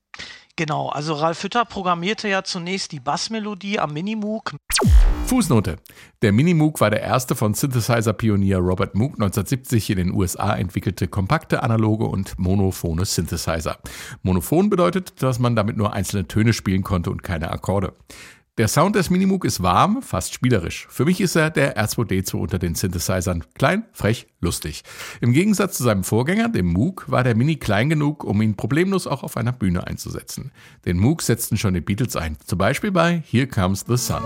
Speaker 4: Genau, also Ralf Hütter programmierte ja zunächst die Bassmelodie am Minimoog.
Speaker 5: Fußnote. Der Minimoog war der erste von Synthesizer-Pionier Robert Moog 1970 in den USA entwickelte kompakte, analoge und monophone Synthesizer. Monophon bedeutet, dass man damit nur einzelne Töne spielen konnte und keine Akkorde. Der Sound des Minimoog ist warm, fast spielerisch. Für mich ist er der R2D2 unter den Synthesizern. Klein, frech, lustig. Im Gegensatz zu seinem Vorgänger, dem Moog, war der Mini klein genug, um ihn problemlos auch auf einer Bühne einzusetzen. Den Moog setzten schon die Beatles ein, zum Beispiel bei Here Comes the Sun.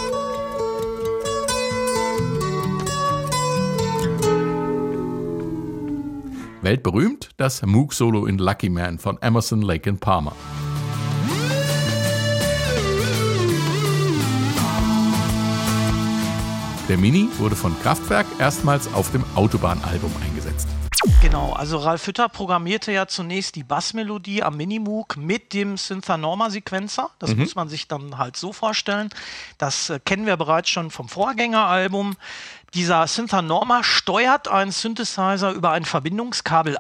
Speaker 5: Weltberühmt das Moog-Solo in Lucky Man von Emerson, Lake & Palmer. Der Mini wurde von Kraftwerk erstmals auf dem Autobahn-Album eingesetzt.
Speaker 4: Genau, also Ralf Hütter programmierte ja zunächst die Bassmelodie am Minimoog mit dem Synth-Norma-Sequencer. Das muss man sich dann halt so vorstellen. Das kennen wir bereits schon vom Vorgängeralbum. Dieser Synth-Norma steuert einen Synthesizer über ein Verbindungskabel an.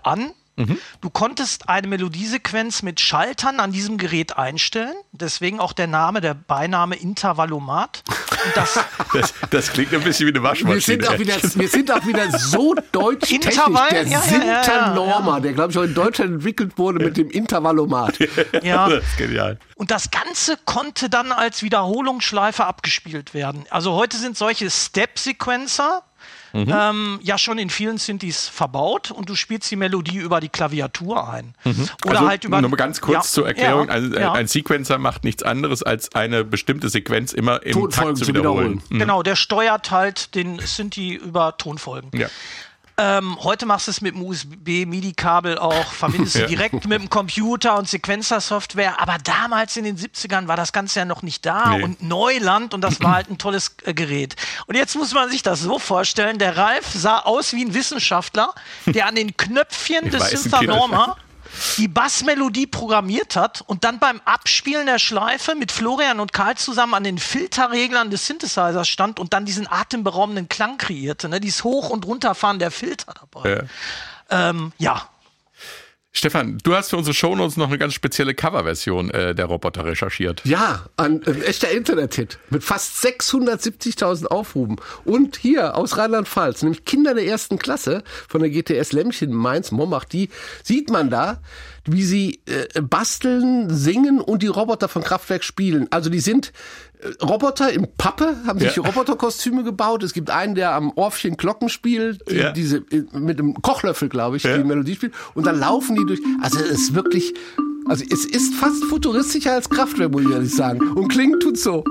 Speaker 4: Du konntest eine Melodiesequenz mit Schaltern an diesem Gerät einstellen. Deswegen auch der Beiname Intervallomat. Und
Speaker 5: das klingt ein bisschen wie eine Waschmaschine.
Speaker 6: Wir sind auch wieder so deutsch-technisch. Der Sinter-Norma, der, glaube ich, auch in Deutschland entwickelt wurde mit dem Intervallomat.
Speaker 4: Ja.
Speaker 5: Das ist genial.
Speaker 4: Und das Ganze konnte dann als Wiederholungsschleife abgespielt werden. Also heute sind solche Step-Sequencer ja schon in vielen Synthes verbaut und du spielst die Melodie über die Klaviatur ein. Oder
Speaker 5: also,
Speaker 4: halt über...
Speaker 5: Nur mal ganz kurz zur Erklärung. Ein Sequencer macht nichts anderes, als eine bestimmte Sequenz immer im Takt zu wiederholen.
Speaker 4: Genau, der steuert halt den Synthi über Tonfolgen.
Speaker 5: Ja.
Speaker 4: Heute machst du es mit dem USB-MIDI-Kabel auch, verbindest du direkt mit dem Computer und Sequencer-Software, aber damals in den 70ern war das Ganze ja noch nicht da und Neuland und das war halt ein tolles Gerät. Und jetzt muss man sich das so vorstellen, der Ralf sah aus wie ein Wissenschaftler, der an den Knöpfchen des Sinter-Norma die Bassmelodie programmiert hat und dann beim Abspielen der Schleife mit Florian und Karl zusammen an den Filterreglern des Synthesizers stand und dann diesen atemberaubenden Klang kreierte, ne? Dieses Hoch- und Runterfahren der Filter dabei. Ja.
Speaker 5: Stefan, du hast für unsere Shownotes noch eine ganz spezielle Coverversion der Roboter recherchiert.
Speaker 6: Ja, ein echter Internet-Hit mit fast 670.000 Aufrufen. Und hier aus Rheinland-Pfalz, nämlich Kinder der 1. Klasse von der GTS Lämmchen Mainz-Mombach, die sieht man da, wie sie basteln, singen und die Roboter von Kraftwerk spielen. Also die sind Roboter in Pappe, haben sich Roboterkostüme gebaut. Es gibt einen, der am Orffchen Glocken spielt, diese mit einem Kochlöffel, glaube ich, die Melodie spielt. Und dann laufen die durch. Also es ist wirklich, es ist fast futuristischer als Kraftwerk, muss ich ehrlich sagen. Und klingen tut so.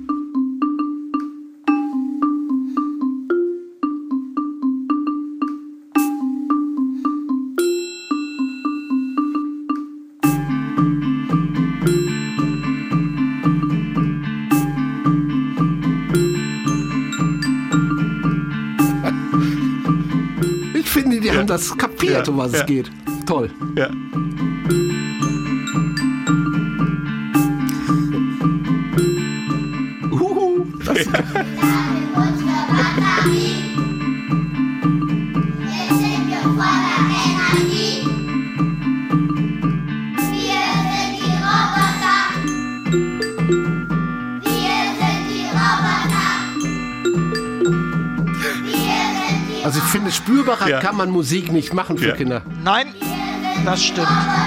Speaker 6: Die haben das kapiert, um was es geht. Toll.
Speaker 5: Ja.
Speaker 6: Das Also ich finde, spürbarer kann man Musik nicht machen für Kinder.
Speaker 4: Nein, das stimmt.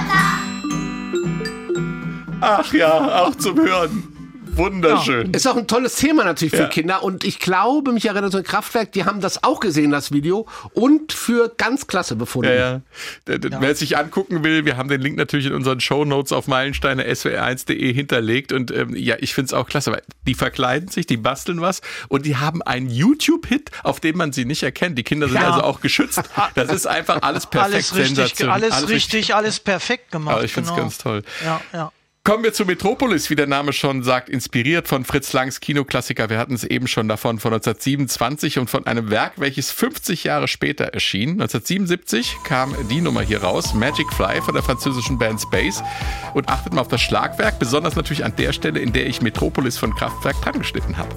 Speaker 5: Ach ja, auch zum Hören. Wunderschön.
Speaker 6: Ist auch ein tolles Thema natürlich für Kinder und ich glaube, mich erinnert so ein Kraftwerk, die haben das auch gesehen, das Video, und für ganz klasse befunden.
Speaker 5: Wer es sich angucken will, wir haben den Link natürlich in unseren Shownotes auf meilensteine.swr1.de hinterlegt und ich finde es auch klasse, weil die verkleiden sich, die basteln was und die haben einen YouTube-Hit, auf dem man sie nicht erkennt. Die Kinder sind also auch geschützt. Das ist einfach alles perfekt.
Speaker 4: Alles perfekt gemacht.
Speaker 5: Aber ich finde es ganz toll.
Speaker 4: Ja.
Speaker 5: Kommen wir zu Metropolis, wie der Name schon sagt, inspiriert von Fritz Langs Kinoklassiker. Wir hatten es eben schon davon, von 1927 und von einem Werk, welches 50 Jahre später erschien. 1977 kam die Nummer hier raus, Magic Fly von der französischen Band Space. Und achtet mal auf das Schlagwerk, besonders natürlich an der Stelle, in der ich Metropolis von Kraftwerk dran geschnitten habe.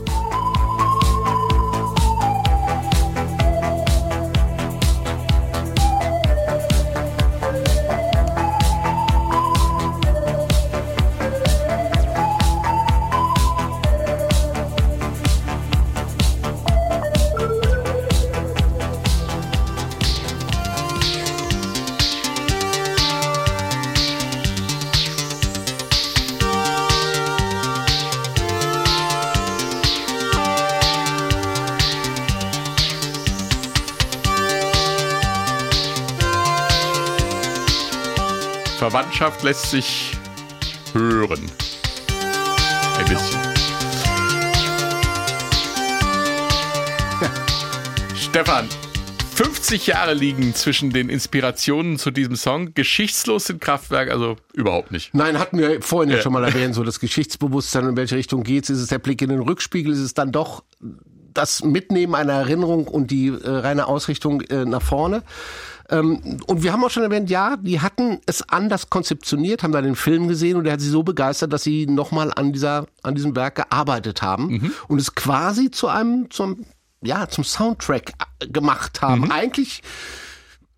Speaker 5: Verwandtschaft lässt sich hören. Ein bisschen. Ja. Stefan, 50 Jahre liegen zwischen den Inspirationen zu diesem Song. Geschichtslos sind Kraftwerk also überhaupt nicht.
Speaker 6: Nein, hatten wir vorhin ja schon mal erwähnt, so das Geschichtsbewusstsein, in welche Richtung geht's? Ist es der Blick in den Rückspiegel? Ist es dann doch das Mitnehmen einer Erinnerung und die reine Ausrichtung nach vorne? Und wir haben auch schon erwähnt, die hatten es anders konzeptioniert, haben da den Film gesehen und der hat sie so begeistert, dass sie nochmal an diesem Werk gearbeitet haben und es quasi zum Soundtrack gemacht haben. Eigentlich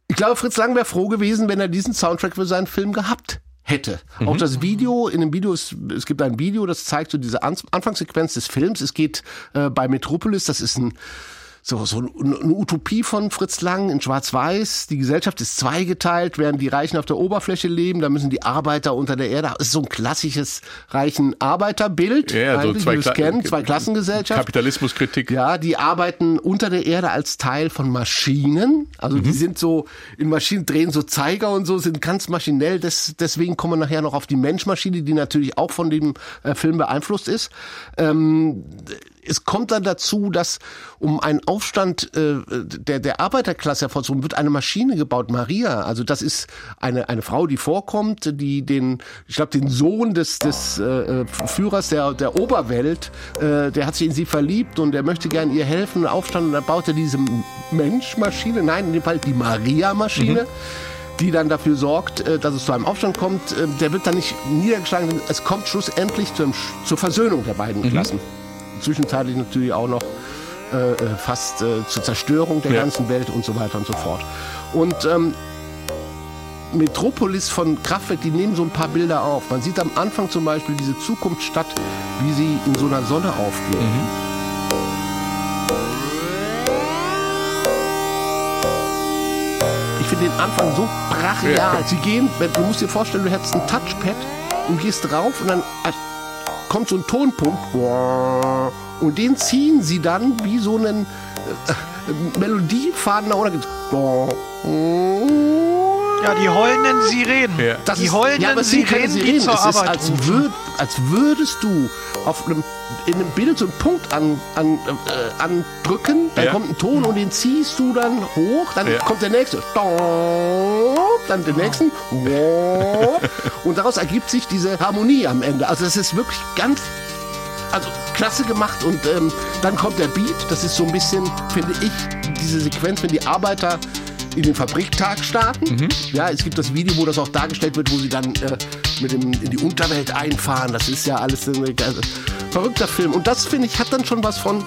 Speaker 6: Ich glaube, Fritz Lang wäre froh gewesen, wenn er diesen Soundtrack für seinen Film gehabt hätte. Auch das Video, in dem Video, es gibt ein Video, das zeigt so diese Anfangssequenz des Films. Es geht bei Metropolis, das ist so eine Utopie von Fritz Lang in Schwarz-Weiß. Die Gesellschaft ist zweigeteilt, während die Reichen auf der Oberfläche leben, da müssen die Arbeiter unter der Erde. Das ist so ein klassisches reichen Arbeiterbild.
Speaker 5: Ja, so
Speaker 6: Zweiklassengesellschaft.
Speaker 5: Kapitalismuskritik.
Speaker 6: Ja, die arbeiten unter der Erde als Teil von Maschinen. Also die sind so, in Maschinen drehen so Zeiger und so, sind ganz maschinell. Deswegen kommen wir nachher noch auf die Menschmaschine, die natürlich auch von dem Film beeinflusst ist. Es kommt dann dazu, dass um einen Aufstand der Arbeiterklasse hervorzuholen, wird eine Maschine gebaut, Maria. Also das ist eine Frau, die vorkommt, die den Sohn des Führers der Oberwelt, der hat sich in sie verliebt und der möchte gern ihr helfen, Aufstand, und dann baut er diese Menschmaschine, nein, in dem Fall die Maria-Maschine, die dann dafür sorgt, dass es zu einem Aufstand kommt. Der wird dann nicht niedergeschlagen, es kommt schlussendlich zur Versöhnung der beiden Klassen. Zwischenzeitlich natürlich auch noch fast zur Zerstörung der ganzen Welt und so weiter und so fort. Und Metropolis von Kraftwerk, die nehmen so ein paar Bilder auf. Man sieht am Anfang zum Beispiel diese Zukunftsstadt, wie sie in so einer Sonne aufgeht. Ich finde den Anfang so brachial. Sie gehen, du musst dir vorstellen, du hättest ein Touchpad und gehst drauf und dann kommt so ein Tonpunkt und den ziehen sie dann wie so einen Melodiefaden nach unten.
Speaker 4: Ja, die heulenden Sirenen. Ja. Die heulenden Sirenen, die zur Arbeit rufen.
Speaker 6: Als würdest du in einem Bild so einen Punkt andrücken, dann kommt ein Ton und den ziehst du dann hoch, dann kommt der nächste. Dann den nächsten. Und daraus ergibt sich diese Harmonie am Ende. Also das ist wirklich klasse gemacht. Und dann kommt der Beat. Das ist so ein bisschen, finde ich, diese Sequenz, wenn die Arbeiter in den Fabriktag starten. Ja, es gibt das Video, wo das auch dargestellt wird, wo sie dann in die Unterwelt einfahren. Das ist ja alles ein verrückter Film. Und das, finde ich, hat dann schon was von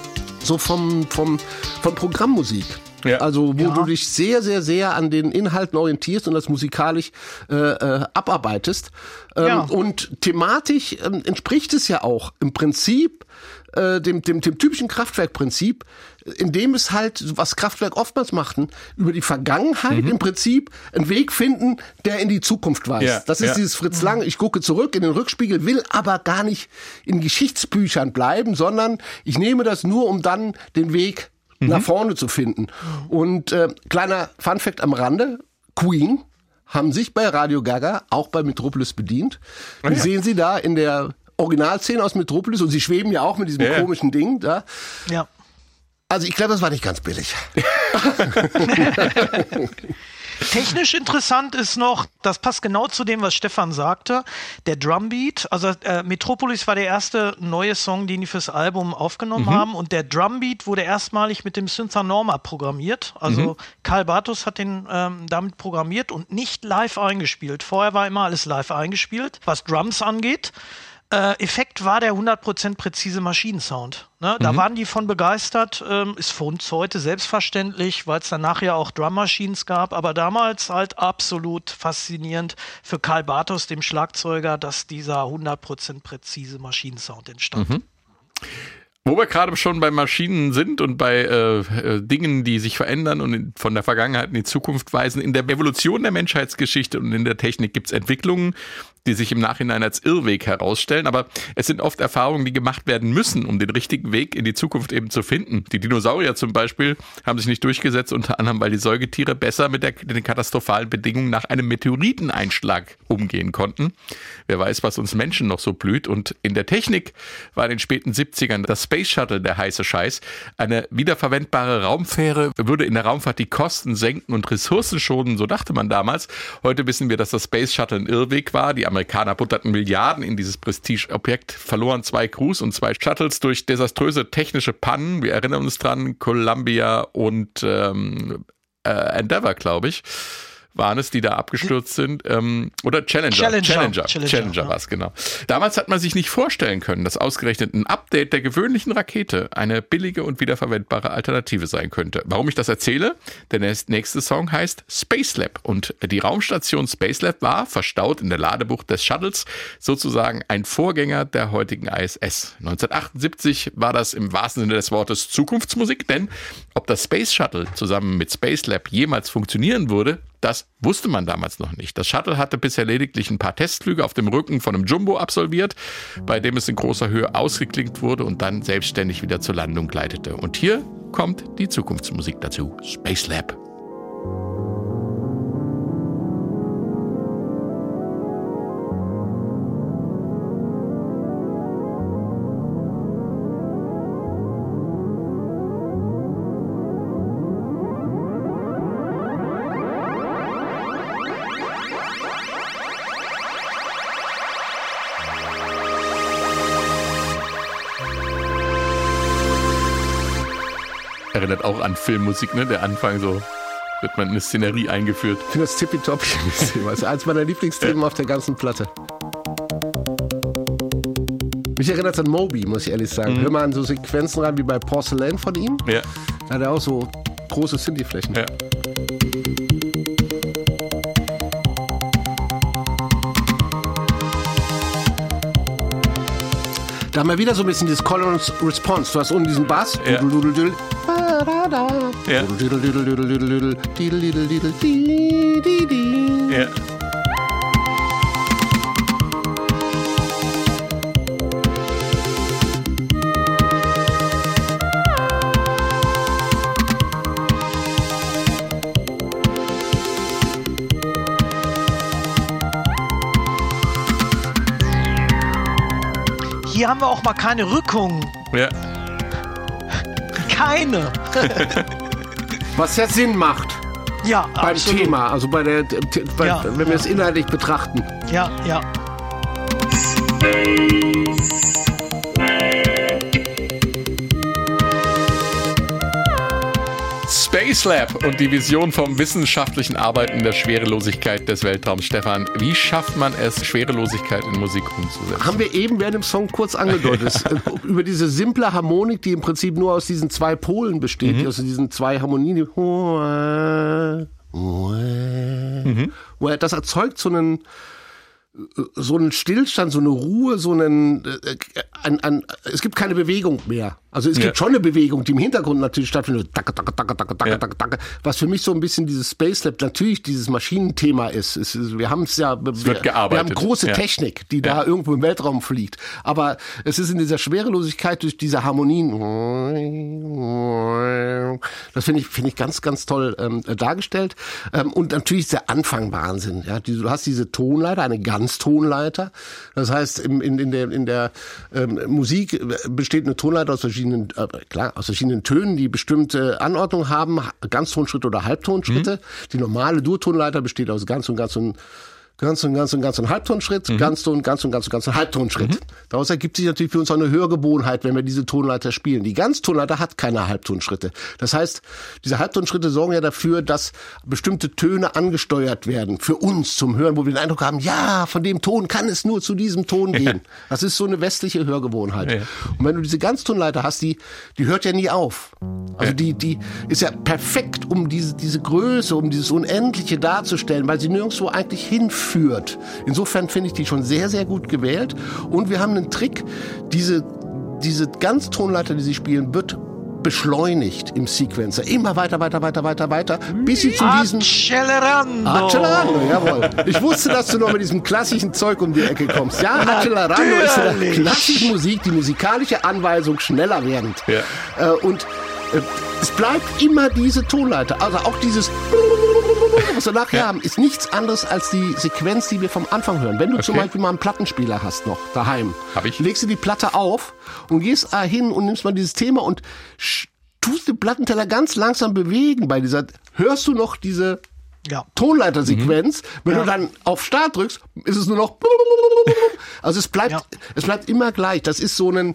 Speaker 6: Programmmusik. Ja. Also wo du dich sehr, sehr, sehr an den Inhalten orientierst und das musikalisch abarbeitest. Und thematisch entspricht es ja auch im Prinzip dem typischen Kraftwerkprinzip, in dem es halt, was Kraftwerk oftmals machten, über die Vergangenheit im Prinzip einen Weg finden, der in die Zukunft weist. Ja, das ist dieses Fritz Lang, ich gucke zurück in den Rückspiegel, will aber gar nicht in Geschichtsbüchern bleiben, sondern ich nehme das nur, um dann den Weg nach vorne zu finden. Und kleiner Funfact am Rande, Queen haben sich bei Radio Gaga auch bei Metropolis bedient. Wir sehen sie da in der Originalszene aus Metropolis und sie schweben ja auch mit diesem komischen Ding da. Ja. Also ich glaube, das war nicht ganz billig.
Speaker 4: Technisch interessant ist noch, das passt genau zu dem, was Stefan sagte, der Drumbeat. Also Metropolis war der erste neue Song, den die fürs Album aufgenommen haben, und der Drumbeat wurde erstmalig mit dem Synth Norma programmiert. Also Karl Bartos hat den damit programmiert und nicht live eingespielt. Vorher war immer alles live eingespielt, was Drums angeht. Effekt war der 100% präzise Maschinensound. Ne? Da waren die von begeistert. Ist für uns heute selbstverständlich, weil es dann nachher auch Drum-Machines gab. Aber damals halt absolut faszinierend für Karl Bartos, dem Schlagzeuger, dass dieser 100% präzise Maschinensound entstand.
Speaker 5: Wo wir gerade schon bei Maschinen sind und bei Dingen, die sich verändern und von der Vergangenheit in die Zukunft weisen, in der Evolution der Menschheitsgeschichte und in der Technik gibt es Entwicklungen, die sich im Nachhinein als Irrweg herausstellen. Aber es sind oft Erfahrungen, die gemacht werden müssen, um den richtigen Weg in die Zukunft eben zu finden. Die Dinosaurier zum Beispiel haben sich nicht durchgesetzt, unter anderem, weil die Säugetiere besser mit den katastrophalen Bedingungen nach einem Meteoriteneinschlag umgehen konnten. Wer weiß, was uns Menschen noch so blüht. Und in der Technik war in den späten 70ern das Space Shuttle der heiße Scheiß. Eine wiederverwendbare Raumfähre würde in der Raumfahrt die Kosten senken und Ressourcen schonen, so dachte man damals. Heute wissen wir, dass das Space Shuttle ein Irrweg war. Die Amerikaner butterten Milliarden in dieses Prestige-Objekt, verloren 2 Crews und 2 Shuttles durch desaströse technische Pannen. Wir erinnern uns dran, Columbia und Endeavour, glaube ich, waren es, die da abgestürzt sind. Oder Challenger war es, genau. Damals hat man sich nicht vorstellen können, dass ausgerechnet ein Update der gewöhnlichen Rakete eine billige und wiederverwendbare Alternative sein könnte. Warum ich das erzähle? Der nächste Song heißt Spacelab und die Raumstation Spacelab war, verstaut in der Ladebucht des Shuttles, sozusagen ein Vorgänger der heutigen ISS. 1978 war das im wahrsten Sinne des Wortes Zukunftsmusik, denn ob das Space Shuttle zusammen mit Spacelab jemals funktionieren würde, das wusste man damals noch nicht. Das Shuttle hatte bisher lediglich ein paar Testflüge auf dem Rücken von einem Jumbo absolviert, bei dem es in großer Höhe ausgeklinkt wurde und dann selbstständig wieder zur Landung gleitete. Und hier kommt die Zukunftsmusik dazu, Spacelab. Erinnert auch an Filmmusik, ne? Der Anfang so, wird man in eine Szenerie eingeführt.
Speaker 6: Ich finde das tippitoppi-Thema. Das ist eins meiner Lieblingsthemen auf der ganzen Platte. Mich erinnert es an Moby, muss ich ehrlich sagen. Hör mal an so Sequenzen rein wie bei Porcelain von ihm.
Speaker 5: Ja.
Speaker 6: Da hat er auch so große Synthi-Flächen.
Speaker 5: Ja.
Speaker 6: Da haben wir wieder so ein bisschen dieses Call and Response. Du hast unten diesen Bass.
Speaker 5: Ja. Ja. Ja.
Speaker 4: Hier haben wir auch mal keine Rückung.
Speaker 5: Ja.
Speaker 4: Keine.
Speaker 6: Was ja Sinn macht.
Speaker 4: Ja,
Speaker 6: beim
Speaker 4: absolut.
Speaker 6: Thema, also wenn wir es inhaltlich betrachten.
Speaker 4: Ja, ja.
Speaker 5: Spacelab und die Vision vom wissenschaftlichen Arbeiten der Schwerelosigkeit des Weltraums. Stefan, wie schafft man es, Schwerelosigkeit in Musik umzusetzen?
Speaker 6: Haben wir eben während dem Song kurz angedeutet. Über diese simple Harmonik, die im Prinzip nur aus diesen zwei Polen besteht, aus diesen zwei Harmonien. Das erzeugt so einen Stillstand, so eine Ruhe, es gibt keine Bewegung mehr. Also es gibt schon eine Bewegung, die im Hintergrund natürlich stattfindet. Was für mich so ein bisschen dieses Spacelab, natürlich dieses Maschinenthema ist. Wir haben es ja, wir haben große Technik, die da irgendwo im Weltraum fliegt. Aber es ist in dieser Schwerelosigkeit durch diese Harmonien. Das finde ich ganz, ganz toll dargestellt. Und natürlich ist der Anfang Wahnsinn. Ja, du hast diese Tonleiter, eine Ganztonleiter. Das heißt, in der Musik besteht eine Tonleiter aus verschiedenen Tönen, die bestimmte Anordnung haben, Ganztonschritte oder Halbtonschritte. Die normale Durtonleiter besteht aus Ganz und Halbtonschritt, Ganzton, Ganz und Halbtonschritt. Daraus ergibt sich natürlich für uns auch eine Hörgewohnheit, wenn wir diese Tonleiter spielen. Die Ganztonleiter hat keine Halbtonschritte. Das heißt, diese Halbtonschritte sorgen ja dafür, dass bestimmte Töne angesteuert werden für uns zum Hören, wo wir den Eindruck haben, ja, von dem Ton kann es nur zu diesem Ton gehen. Das ist so eine westliche Hörgewohnheit. Ja. Und wenn du diese Ganztonleiter hast, die hört ja nie auf. Also die ist ja perfekt, um diese Größe, um dieses Unendliche darzustellen, weil sie nirgendwo eigentlich hinführt. Insofern finde ich die schon sehr, sehr gut gewählt. Und wir haben einen Trick, diese Ganztonleiter, die sie spielen, wird beschleunigt im Sequencer. Immer weiter, bis sie zu diesem... Accelerando, jawohl. Ich wusste, dass du noch mit diesem klassischen Zeug um die Ecke kommst. Ja, Accelerando ist eine klassische Musik, die musikalische Anweisung schneller werdend. Ja. Und es bleibt immer diese Tonleiter. Also auch dieses... Was wir nachher haben, ist nichts anderes als die Sequenz, die wir vom Anfang hören. Wenn du zum Beispiel mal einen Plattenspieler hast noch daheim, legst du die Platte auf und gehst hin und nimmst mal dieses Thema und tust den Plattenteller ganz langsam bewegen. Hörst du noch diese Tonleitersequenz. Wenn du dann auf Start drückst, ist es nur noch... Also es bleibt immer gleich. Das ist so ein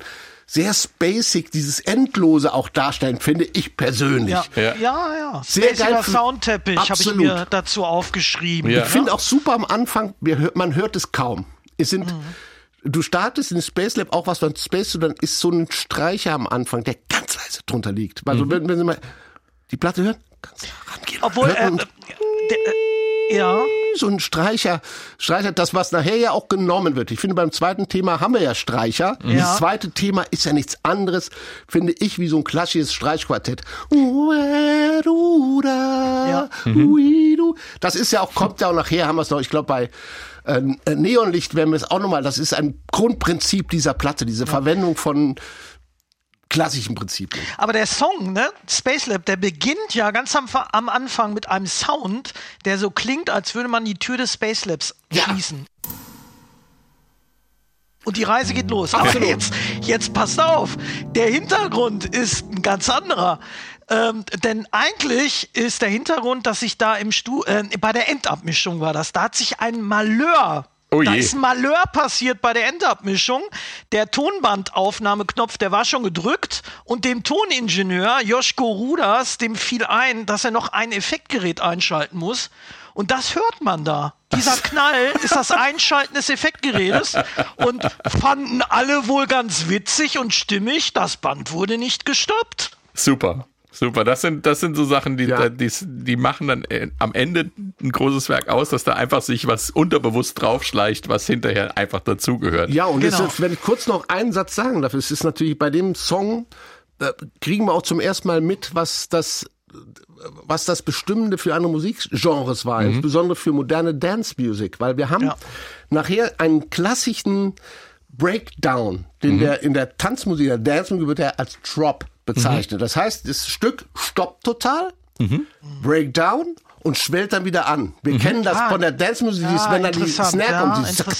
Speaker 6: sehr spacig, dieses Endlose auch darstellen, finde ich persönlich.
Speaker 4: Ja.
Speaker 6: Sehr geil.
Speaker 4: Soundteppich habe ich mir dazu aufgeschrieben.
Speaker 6: Ich finde auch super am Anfang, man hört es kaum. Du startest in Space Lab auch was von Space, dann ist so ein Streicher am Anfang, der ganz leise drunter liegt. Also wenn Sie mal die Platte hören, ganz nah rangehen.
Speaker 4: Obwohl,
Speaker 6: so ein Streicher, das, was nachher ja auch genommen wird. Ich finde, beim zweiten Thema haben wir ja Streicher. Das zweite Thema ist ja nichts anderes, finde ich, wie so ein klassisches Streichquartett. Das ist ja auch, kommt ja auch nachher, haben wir es noch, ich glaube bei Neonlicht werden wir es auch nochmal, das ist ein Grundprinzip dieser Platte, diese Verwendung von klassischen Prinzipien.
Speaker 4: Aber der Song, ne, Space Lab, der beginnt ja ganz am Anfang mit einem Sound, der so klingt, als würde man die Tür des Space Labs schließen. Und die Reise geht los. Aber jetzt passt auf, der Hintergrund ist ein ganz anderer. Denn eigentlich ist der Hintergrund, dass sich da bei der Endabmischung war das, da hat sich ein Malheur Da ist ein Malheur passiert bei der Endabmischung. Der Tonbandaufnahmeknopf, der war schon gedrückt und dem Toningenieur Joschko Ruders, dem fiel ein, dass er noch ein Effektgerät einschalten muss. Und das hört man da. Dieser Knall ist das Einschalten des Effektgerätes und fanden alle wohl ganz witzig und stimmig. Das Band wurde nicht gestoppt.
Speaker 5: Super. Super, das sind so Sachen, die machen dann am Ende ein großes Werk aus, dass da einfach sich was unterbewusst draufschleicht, was hinterher einfach dazugehört.
Speaker 6: Ja, und jetzt, wenn ich kurz noch einen Satz sagen darf, es ist natürlich bei dem Song, kriegen wir auch zum ersten Mal mit, was das Bestimmende für andere Musikgenres war, insbesondere für moderne Dance Music, weil wir haben nachher einen klassischen Breakdown, den in der Tanzmusik, der Dance Musik wird er als Drop bezeichnet. Das heißt, das Stück stoppt total, Breakdown und schwellt dann wieder an. Wir kennen das von der Dance-Musik, wenn dann die Snap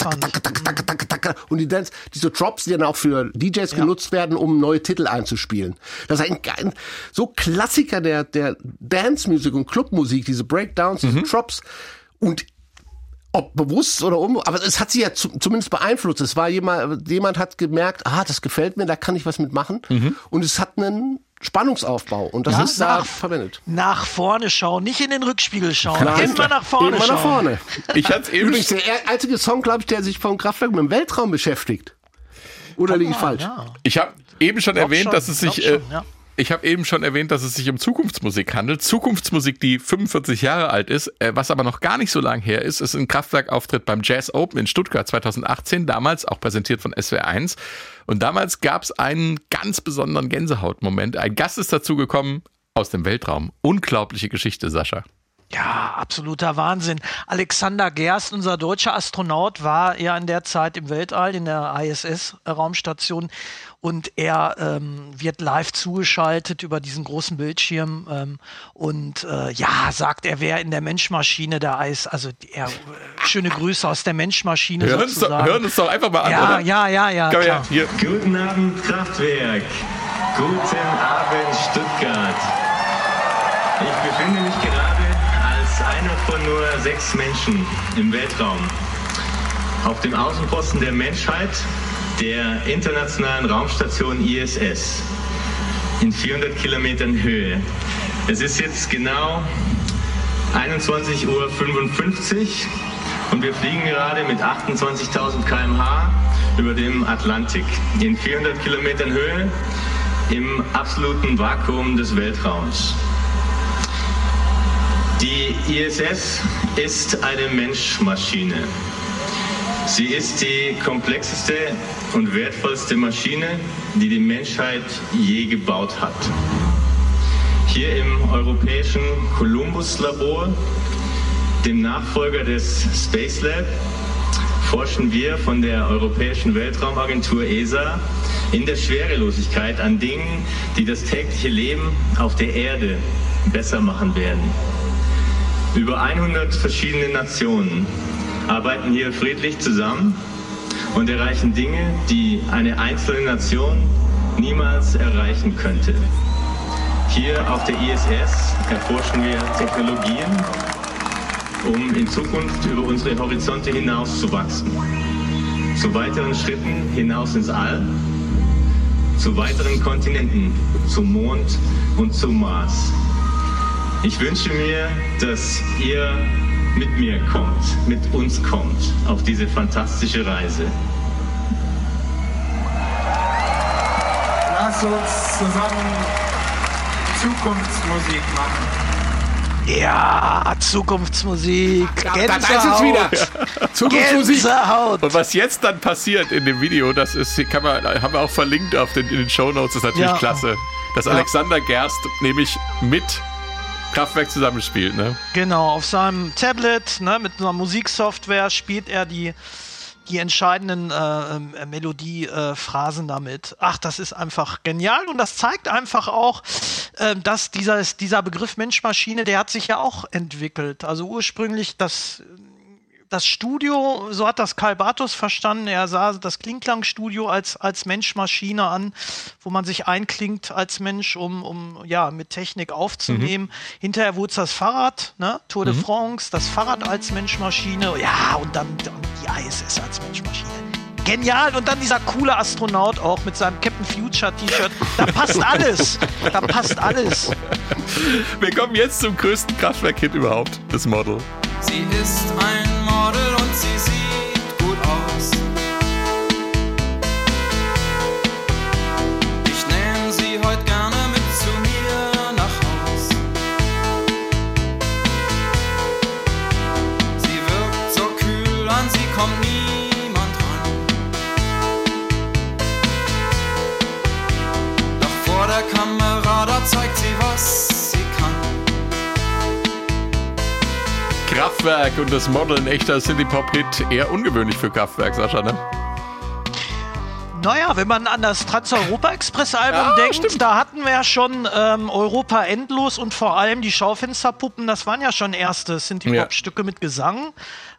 Speaker 6: und die Dance, diese Drops, die dann auch für DJs genutzt werden, um neue Titel einzuspielen. Das ist ein so Klassiker der Dance-Musik und Clubmusik, diese Breakdowns, diese Drops und ob bewusst oder aber es hat sie ja zumindest beeinflusst. Es war jemand hat gemerkt, das gefällt mir, da kann ich was mitmachen. Und es hat einen Spannungsaufbau und das ist da verwendet.
Speaker 4: Nach vorne schauen, nicht in den Rückspiegel schauen. Immer nach vorne schauen.
Speaker 6: Nach vorne.
Speaker 5: Ich hatte eben
Speaker 6: übrigens der einzige Song, glaube ich, der sich vom Kraftwerk mit dem Weltraum beschäftigt. Oder liege ich falsch?
Speaker 5: Ja. Ich habe eben schon erwähnt, dass es sich Ich habe eben schon erwähnt, dass es sich um Zukunftsmusik handelt. Zukunftsmusik, die 45 Jahre alt ist, was aber noch gar nicht so lang her ist ein Kraftwerk-Auftritt beim Jazz Open in Stuttgart 2018, damals auch präsentiert von SWR 1. Und damals gab es einen ganz besonderen Gänsehautmoment. Ein Gast ist dazugekommen aus dem Weltraum. Unglaubliche Geschichte, Sascha.
Speaker 4: Ja, absoluter Wahnsinn. Alexander Gerst, unser deutscher Astronaut, war ja in der Zeit im Weltall, in der ISS-Raumstation. Und er wird live zugeschaltet über diesen großen Bildschirm sagt, er wäre in der Mensch-Maschine schöne Grüße aus der Mensch-Maschine sozusagen.
Speaker 5: Hören uns doch einfach mal an, oder?
Speaker 4: Ja, klar.
Speaker 10: Hier. Guten Abend, Kraftwerk. Guten Abend, Stuttgart. Ich befinde mich gerade als einer von nur 6 Menschen im Weltraum. Auf dem Außenposten der Menschheit, der internationalen Raumstation ISS, in 400 Kilometern Höhe. Es ist jetzt genau 21:55 Uhr und wir fliegen gerade mit 28.000 km/h über dem Atlantik, in 400 Kilometern Höhe, im absoluten Vakuum des Weltraums. Die ISS ist eine Menschmaschine. Sie ist die komplexeste und wertvollste Maschine, die die Menschheit je gebaut hat. Hier im europäischen Columbus-Labor, dem Nachfolger des Space Lab, forschen wir von der Europäischen Weltraumagentur ESA in der Schwerelosigkeit an Dingen, die das tägliche Leben auf der Erde besser machen werden. Über 100 verschiedene Nationen arbeiten hier friedlich zusammen und erreichen Dinge, die eine einzelne Nation niemals erreichen könnte. Hier auf der ISS erforschen wir Technologien, um in Zukunft über unsere Horizonte hinaus zu wachsen. Zu weiteren Schritten hinaus ins All, zu weiteren Kontinenten, zum Mond und zum Mars. Ich wünsche mir, dass ihr mit mir kommt, mit uns kommt auf diese fantastische Reise.
Speaker 11: Lass uns zusammen Zukunftsmusik machen.
Speaker 4: Ja, Zukunftsmusik.
Speaker 6: Da ist es wieder. Zukunftsmusik.
Speaker 4: Gänsehaut.
Speaker 5: Und was jetzt dann passiert in dem Video, das ist, haben wir auch verlinkt in den Shownotes, ist natürlich klasse. Dass Alexander Gerst nämlich mit Kraftwerk zusammenspielt, ne?
Speaker 4: Genau, auf seinem Tablet, ne, mit einer Musiksoftware spielt er die entscheidenden Melodiephrasen damit. Ach, das ist einfach genial und das zeigt einfach auch, dass dieser Begriff Mensch-Maschine, der hat sich ja auch entwickelt. Also ursprünglich das Studio, so hat das Karl Bartos verstanden, er sah das Klingklang-Studio als Mensch-Maschine an, wo man sich einklingt als Mensch, um mit Technik aufzunehmen. Hinterher wurde es das Fahrrad, ne? Tour de France, das Fahrrad als Mensch-Maschine, ja, und dann die ISS als Mensch-Maschine. Genial, und dann dieser coole Astronaut auch mit seinem Captain Future T-Shirt. Da passt alles. Da passt alles.
Speaker 5: Wir kommen jetzt zum größten Kraftwerk-Hit überhaupt, das Model.
Speaker 1: Sie ist ein Model und sie sieht gut aus. Ich nehm sie heute gerne mit zu mir nach Haus. Sie wirkt so kühl, an sie kommt niemand ran. Doch vor der Kamera, da zeigt sie, was sie kann.
Speaker 5: Kraftwerk und das Model, ein echter Synthie-Pop-Hit, eher ungewöhnlich für Kraftwerk, Sascha, ne?
Speaker 4: Naja, wenn man an das Trans-Europa-Express-Album denkt,
Speaker 5: stimmt.
Speaker 4: Da hatten wir ja schon Europa endlos und vor allem die Schaufensterpuppen, das waren ja schon erste Synthie-Pop-Stücke mit Gesang.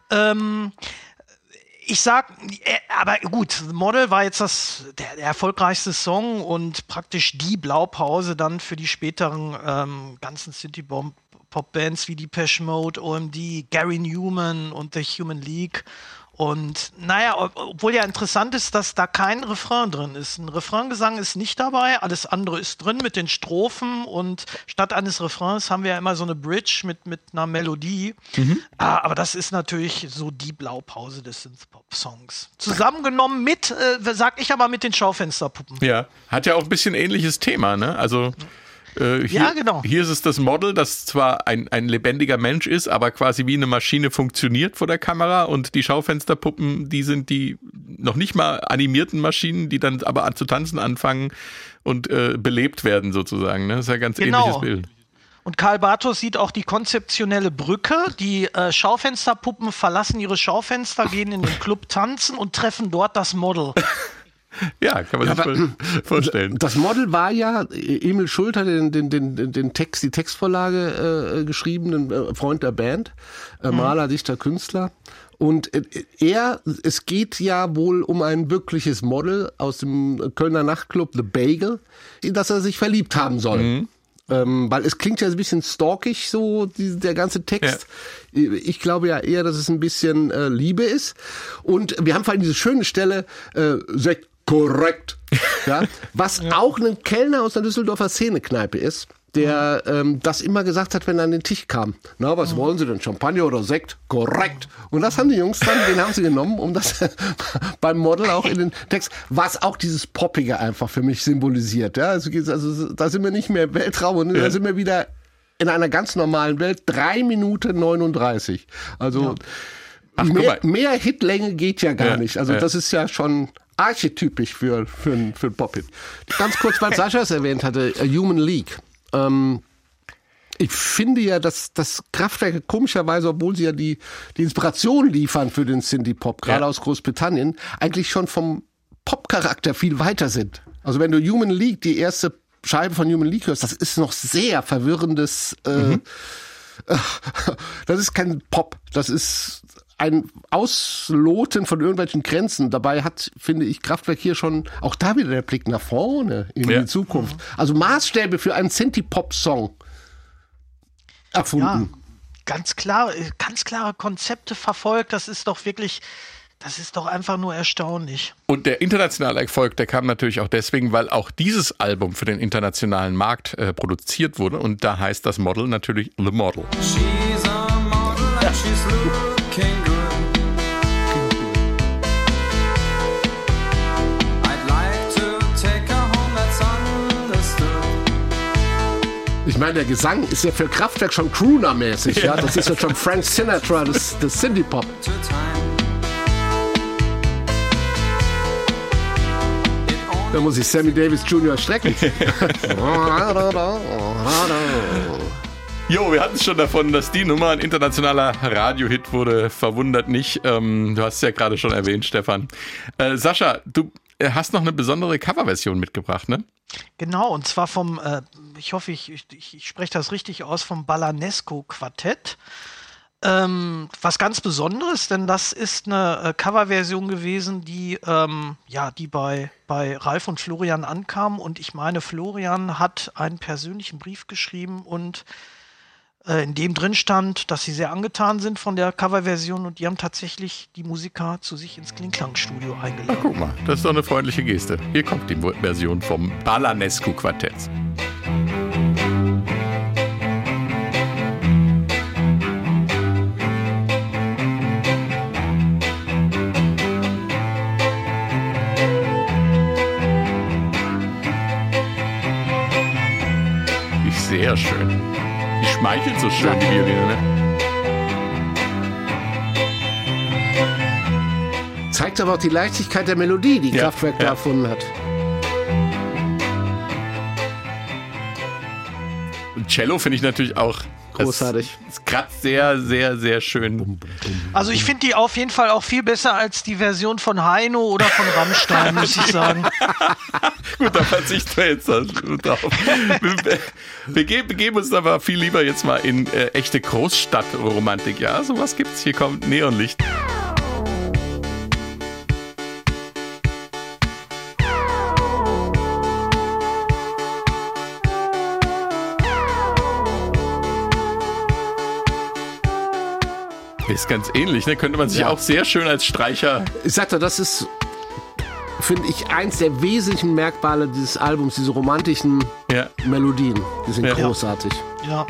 Speaker 4: Ich sag, aber gut, Model war jetzt der erfolgreichste Song und praktisch die Blaupause dann für die späteren ganzen Synthie-Pop-Bands wie Depeche Mode, OMD, Gary Newman und The Human League. Und naja, obwohl ja interessant ist, dass da kein Refrain drin ist. Ein Refraingesang ist nicht dabei, alles andere ist drin mit den Strophen und statt eines Refrains haben wir ja immer so eine Bridge mit einer Melodie. Aber das ist natürlich so die Blaupause des Synthpop-Songs. Zusammengenommen mit, sag ich aber, mit den Schaufensterpuppen.
Speaker 5: Ja, hat ja auch ein bisschen ähnliches Thema, ne? Also hier ist es das Model, das zwar ein lebendiger Mensch ist, aber quasi wie eine Maschine funktioniert vor der Kamera, und die Schaufensterpuppen, die sind die noch nicht mal animierten Maschinen, die dann aber zu tanzen anfangen und belebt werden sozusagen. Ne? Das ist ja ein ganz ähnliches Bild.
Speaker 4: Und Karl Bartos sieht auch die konzeptionelle Brücke. Die Schaufensterpuppen verlassen ihre Schaufenster, gehen in den Club tanzen und treffen dort das Model.
Speaker 5: Ja, kann man sich vorstellen.
Speaker 6: Das Model war ja, Emil Schult hat den Text, die Textvorlage geschrieben, ein Freund der Band, Maler, Dichter, Künstler. Und es geht ja wohl um ein wirkliches Model aus dem Kölner Nachtclub The Bagel, in das er sich verliebt haben soll. Weil es klingt ja ein bisschen stalkig, so der ganze Text. Ja. Ich glaube ja eher, dass es ein bisschen Liebe ist. Und wir haben vor allem diese schöne Stelle, Sekt korrekt, ja, was auch ein Kellner aus der Düsseldorfer Szenekneipe ist, der das immer gesagt hat, wenn er an den Tisch kam. Na, was wollen Sie denn? Champagner oder Sekt? Korrekt. Und das haben die Jungs dann, den haben sie genommen, um das beim Model auch in den Text, was auch dieses Poppige einfach für mich symbolisiert. Ja, also da sind wir nicht mehr im Weltraum, und da sind wir wieder in einer ganz normalen Welt. 3 Minuten 39. Also mehr Hitlänge geht ja gar nicht. Also das ist ja schon archetypisch für ein Pop-Hit. Ganz kurz, weil Sascha es erwähnt hatte, Human League. Ich finde ja, dass Kraftwerke komischerweise, obwohl sie ja die Inspiration liefern für den Synthie-Pop, gerade aus Großbritannien, eigentlich schon vom Pop-Charakter viel weiter sind. Also wenn du Human League, die erste Scheibe von Human League hörst, das ist noch sehr verwirrendes, das ist kein Pop, das ist ein Ausloten von irgendwelchen Grenzen. Dabei finde ich, Kraftwerk hier schon auch da wieder der Blick nach vorne in die Zukunft. Also Maßstäbe für einen Synthie-Pop-Song erfunden.
Speaker 4: Ja, ganz klare Konzepte verfolgt. Das ist doch wirklich Das ist doch einfach nur erstaunlich.
Speaker 5: Und der internationale Erfolg, der kam natürlich auch deswegen, weil auch dieses Album für den internationalen Markt produziert wurde. Und da heißt das Model natürlich The Model.
Speaker 1: She's a model and she's looking good. I'd like to take her home, that's understood.
Speaker 6: Ich meine, der Gesang ist ja für Kraftwerk schon Crooner-mäßig. Ja? Das ist ja schon Frank Sinatra des Synthie-Pop. Da muss ich Sammy Davis Jr. strecken.
Speaker 5: Jo, wir hatten es schon davon, dass die Nummer ein internationaler Radiohit wurde. Verwundert nicht. Du hast es ja gerade schon erwähnt, Stefan. Sascha, du hast noch eine besondere Coverversion mitgebracht, ne?
Speaker 4: Genau, und zwar vom, ich hoffe, ich spreche das richtig aus, vom Balanesco-Quartett. Was ganz Besonderes, denn das ist eine Coverversion gewesen, die bei Ralf und Florian ankam. Und ich meine, Florian hat einen persönlichen Brief geschrieben und in dem drin stand, dass sie sehr angetan sind von der Coverversion und die haben tatsächlich die Musiker zu sich ins Klingklang-Studio eingeladen.
Speaker 5: Na, guck mal, das ist doch eine freundliche Geste. Hier kommt die Version vom Balanesco-Quartett. Sehr schön. Die schmeichelt so schön, die Violine, ne?
Speaker 6: Zeigt aber auch die Leichtigkeit der Melodie, die Kraftwerk da erfunden hat.
Speaker 5: Und Cello finde ich natürlich auch
Speaker 6: großartig.
Speaker 5: Es kratzt sehr, sehr, sehr schön.
Speaker 4: Also ich finde die auf jeden Fall auch viel besser als die Version von Heino oder von Rammstein, muss ich sagen.
Speaker 5: Gut, da verzichten wir jetzt drauf. Wir begeben uns aber viel lieber jetzt mal in echte Großstadtromantik. Ja, sowas gibt's. Hier kommt Neonlicht. Ist ganz ähnlich, ne? Könnte man sich auch sehr schön als Streicher...
Speaker 6: Ich sag doch, das ist, finde ich, eins der wesentlichen Merkmale dieses Albums, diese romantischen Melodien. Die sind großartig.
Speaker 4: Ja.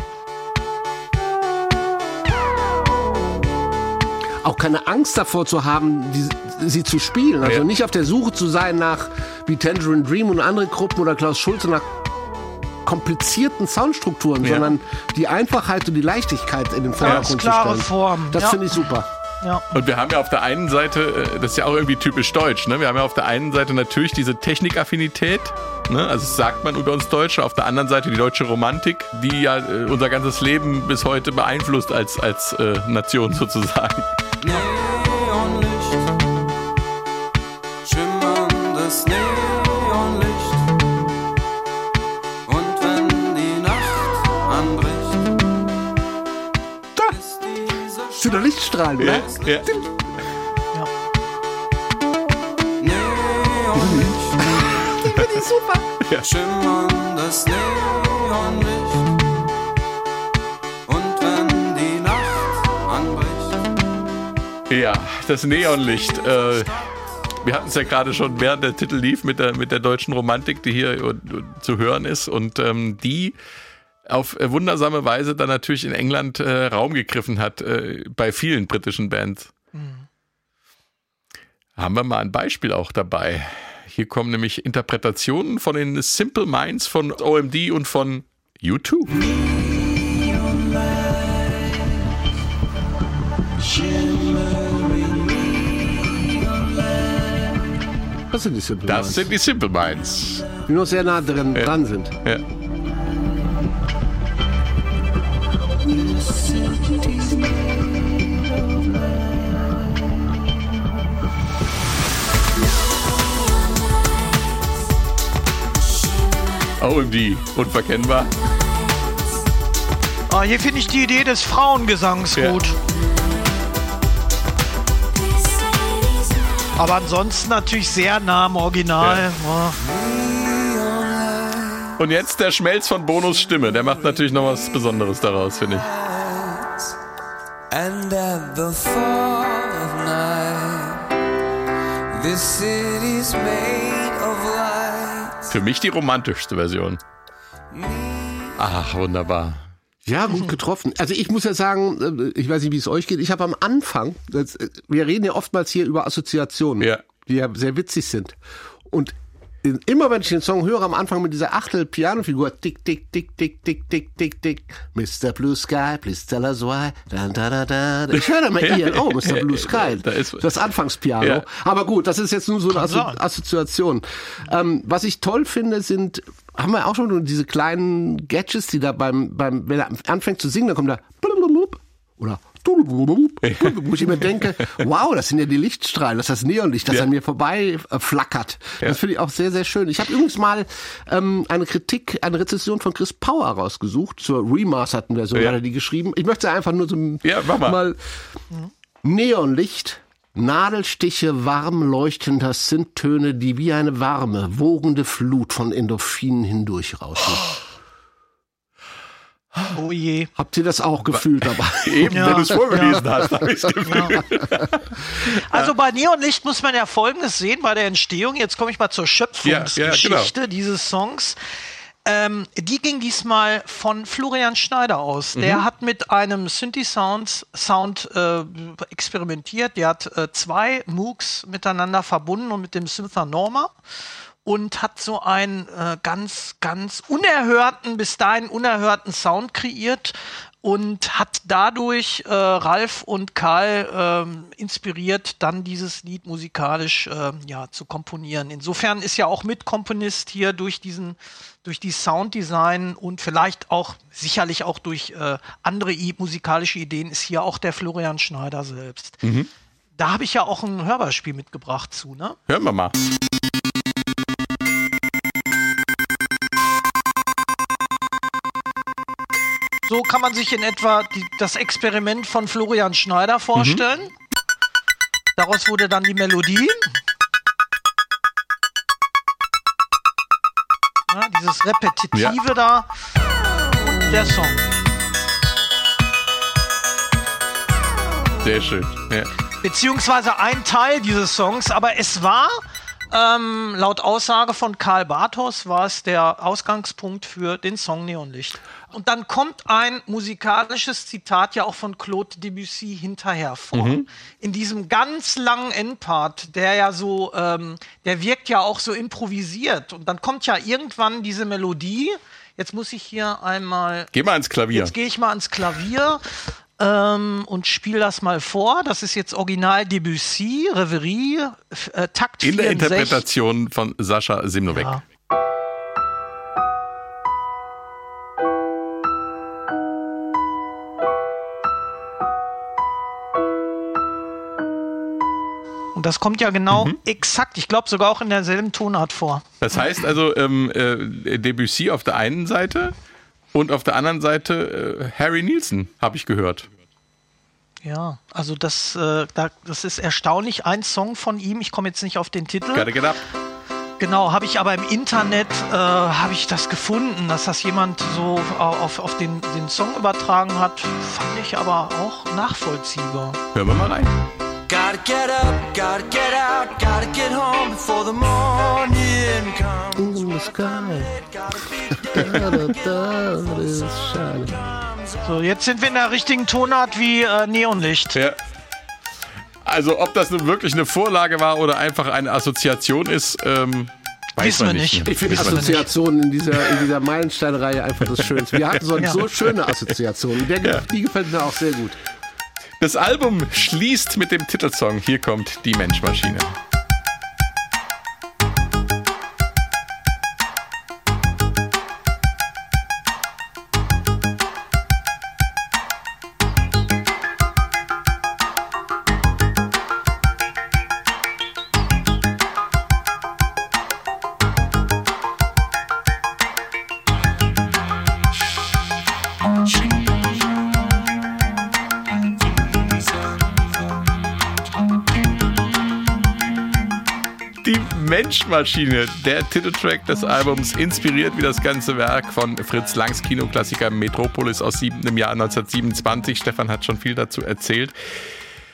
Speaker 6: Auch keine Angst davor zu haben, sie zu spielen. Also nicht auf der Suche zu sein nach, wie Tangerine Dream und andere Gruppen oder Klaus Schulze, nach komplizierten Soundstrukturen, sondern die Einfachheit und die Leichtigkeit in den Vordergrund zu stellen.
Speaker 4: Form.
Speaker 6: Das finde ich super.
Speaker 4: Ja.
Speaker 5: Und wir haben ja auf der einen Seite, das ist ja auch irgendwie typisch deutsch, ne? Wir haben ja auf der einen Seite natürlich diese Technikaffinität, ne? Also das sagt man über uns Deutsche, auf der anderen Seite die deutsche Romantik, die ja unser ganzes Leben bis heute beeinflusst als Nation sozusagen.
Speaker 1: Neonlicht, schimmerndes Neonlicht. Und wenn die Nacht anbricht, ist dieser
Speaker 6: Zu der Lichtstrahlen, oder?
Speaker 5: Ja.
Speaker 1: Neonlicht,
Speaker 6: Die finde ich super.
Speaker 5: Ja.
Speaker 1: schimmerndes Neonlicht. Und wenn die Nacht anbricht.
Speaker 5: Ja, das Neonlicht. Wir hatten es ja gerade schon, während der Titel lief, mit der deutschen Romantik, die hier zu hören ist und die auf wundersame Weise dann natürlich in England Raum gegriffen hat bei vielen britischen Bands. Haben wir mal ein Beispiel auch dabei. Hier kommen nämlich Interpretationen von den Simple Minds von OMD und von U2.
Speaker 6: Das sind die Simple
Speaker 5: Das
Speaker 6: Minds.
Speaker 5: sind die Simple Minds.
Speaker 6: Die noch sehr nah dran sind.
Speaker 5: Ja. OMD, unverkennbar.
Speaker 4: Hier finde ich die Idee des Frauengesangs gut. Aber ansonsten natürlich sehr nah am Original. Ja.
Speaker 5: Und jetzt der Schmelz von Bonos Stimme. Der macht natürlich noch was Besonderes daraus, finde ich.
Speaker 1: And at the fall of night, This city's made of light.
Speaker 5: Für mich die romantischste Version. Ach, wunderbar.
Speaker 6: Ja, gut getroffen. Also ich muss ja sagen, ich weiß nicht, wie es euch geht, ich habe am Anfang, wir reden ja oftmals hier über Assoziationen, die ja sehr witzig sind. Und immer wenn ich den Song höre, am Anfang mit dieser Achtel-Pianofigur, tick, tick, tick, tick, tick, tick, tick, tick, Mr. Blue Sky, please tell us why, da, da, da, da. Ich höre da mal Ian, oh, Mr. Blue Sky, das Anfangspiano. Ja. Aber gut, das ist jetzt nur so eine Assoziation. Was ich toll finde, haben wir auch schon diese kleinen Gadgets, die da wenn er anfängt zu singen, dann kommt da oder wo ich immer denke, wow, das sind ja die Lichtstrahlen, das ist das Neonlicht, das an mir vorbei flackert. Ja. Das finde ich auch sehr, sehr schön. Ich habe übrigens mal eine Rezession von Chris Power rausgesucht, zur remasterten Version hat er die geschrieben. Ich möchte einfach nur so mal Neonlicht, Nadelstiche warm leuchten, das sind Töne, die wie eine warme, wogende Flut von Endorphinen hindurchrauschen.
Speaker 4: Oh je.
Speaker 6: Habt ihr das auch gefühlt dabei?
Speaker 5: Eben, wenn du es vorgelesen hast, habe ich es gefühlt.
Speaker 4: Ja. Also bei Neonlicht muss man ja Folgendes sehen bei der Entstehung. Jetzt komme ich mal zur Schöpfungsgeschichte dieses Songs. Die ging diesmal von Florian Schneider aus. Der hat mit einem Synthi-Sound experimentiert. Der hat 2 Moogs miteinander verbunden und mit dem Synther Norma. Und hat so einen ganz, ganz bis dahin unerhörten Sound kreiert und hat dadurch Ralf und Karl inspiriert, dann dieses Lied musikalisch zu komponieren. Insofern ist ja auch Mitkomponist hier durch die Sounddesign und vielleicht auch, sicherlich auch durch andere musikalische Ideen, ist hier auch der Florian Schneider selbst. Da habe ich ja auch ein Hörbeispiel mitgebracht zu, ne?
Speaker 5: Hören wir mal.
Speaker 4: So kann man sich in etwa das Experiment von Florian Schneider vorstellen. Daraus wurde dann die Melodie. Ja, dieses Repetitive da. Und der Song.
Speaker 5: Sehr schön. Ja.
Speaker 4: Beziehungsweise ein Teil dieses Songs, aber es war, laut Aussage von Karl Bartos, war es der Ausgangspunkt für den Song Neonlicht. Und dann kommt ein musikalisches Zitat ja auch von Claude Debussy hinterher vor. In diesem ganz langen Endpart, der ja so, der wirkt ja auch so improvisiert. Und dann kommt ja irgendwann diese Melodie. Jetzt muss ich hier einmal...
Speaker 5: Geh mal ans Klavier.
Speaker 4: Jetzt gehe ich mal ans Klavier und spiele das mal vor. Das ist jetzt Original Debussy, Reverie, Takt 64.
Speaker 5: In der Interpretation von Sascha Simnovek. Ja.
Speaker 4: Und das kommt ja genau exakt, ich glaube sogar auch in derselben Tonart vor.
Speaker 5: Das heißt also Debussy auf der einen Seite und auf der anderen Seite Harry Nilsson, habe ich gehört.
Speaker 4: Ja, also das ist erstaunlich. Ein Song von ihm, ich komme jetzt nicht auf den Titel.
Speaker 5: Gotta get up.
Speaker 4: Genau, habe ich aber im Internet habe ich das gefunden, dass das jemand so auf den Song übertragen hat. Fand ich aber auch nachvollziehbar.
Speaker 5: Hören wir mal rein.
Speaker 1: Gotta get up, gotta get out, gotta get home before the morning comes.
Speaker 6: In the sky.
Speaker 4: So, jetzt sind wir in der richtigen Tonart wie Neonlicht.
Speaker 5: Ja. Also, ob das nun wirklich eine Vorlage war oder einfach eine Assoziation ist, weiß man nicht.
Speaker 6: Ich finde Assoziationen in dieser Meilenstein-Reihe einfach das Schönste. Wir hatten so schöne Assoziationen. Die gefällt mir auch sehr gut.
Speaker 5: Das Album schließt mit dem Titelsong. Hier kommt die Menschmaschine. Menschmaschine, der Titeltrack des Albums, inspiriert wie das ganze Werk von Fritz Langs Kinoklassiker Metropolis aus dem Jahr 1927. Stefan hat schon viel dazu erzählt.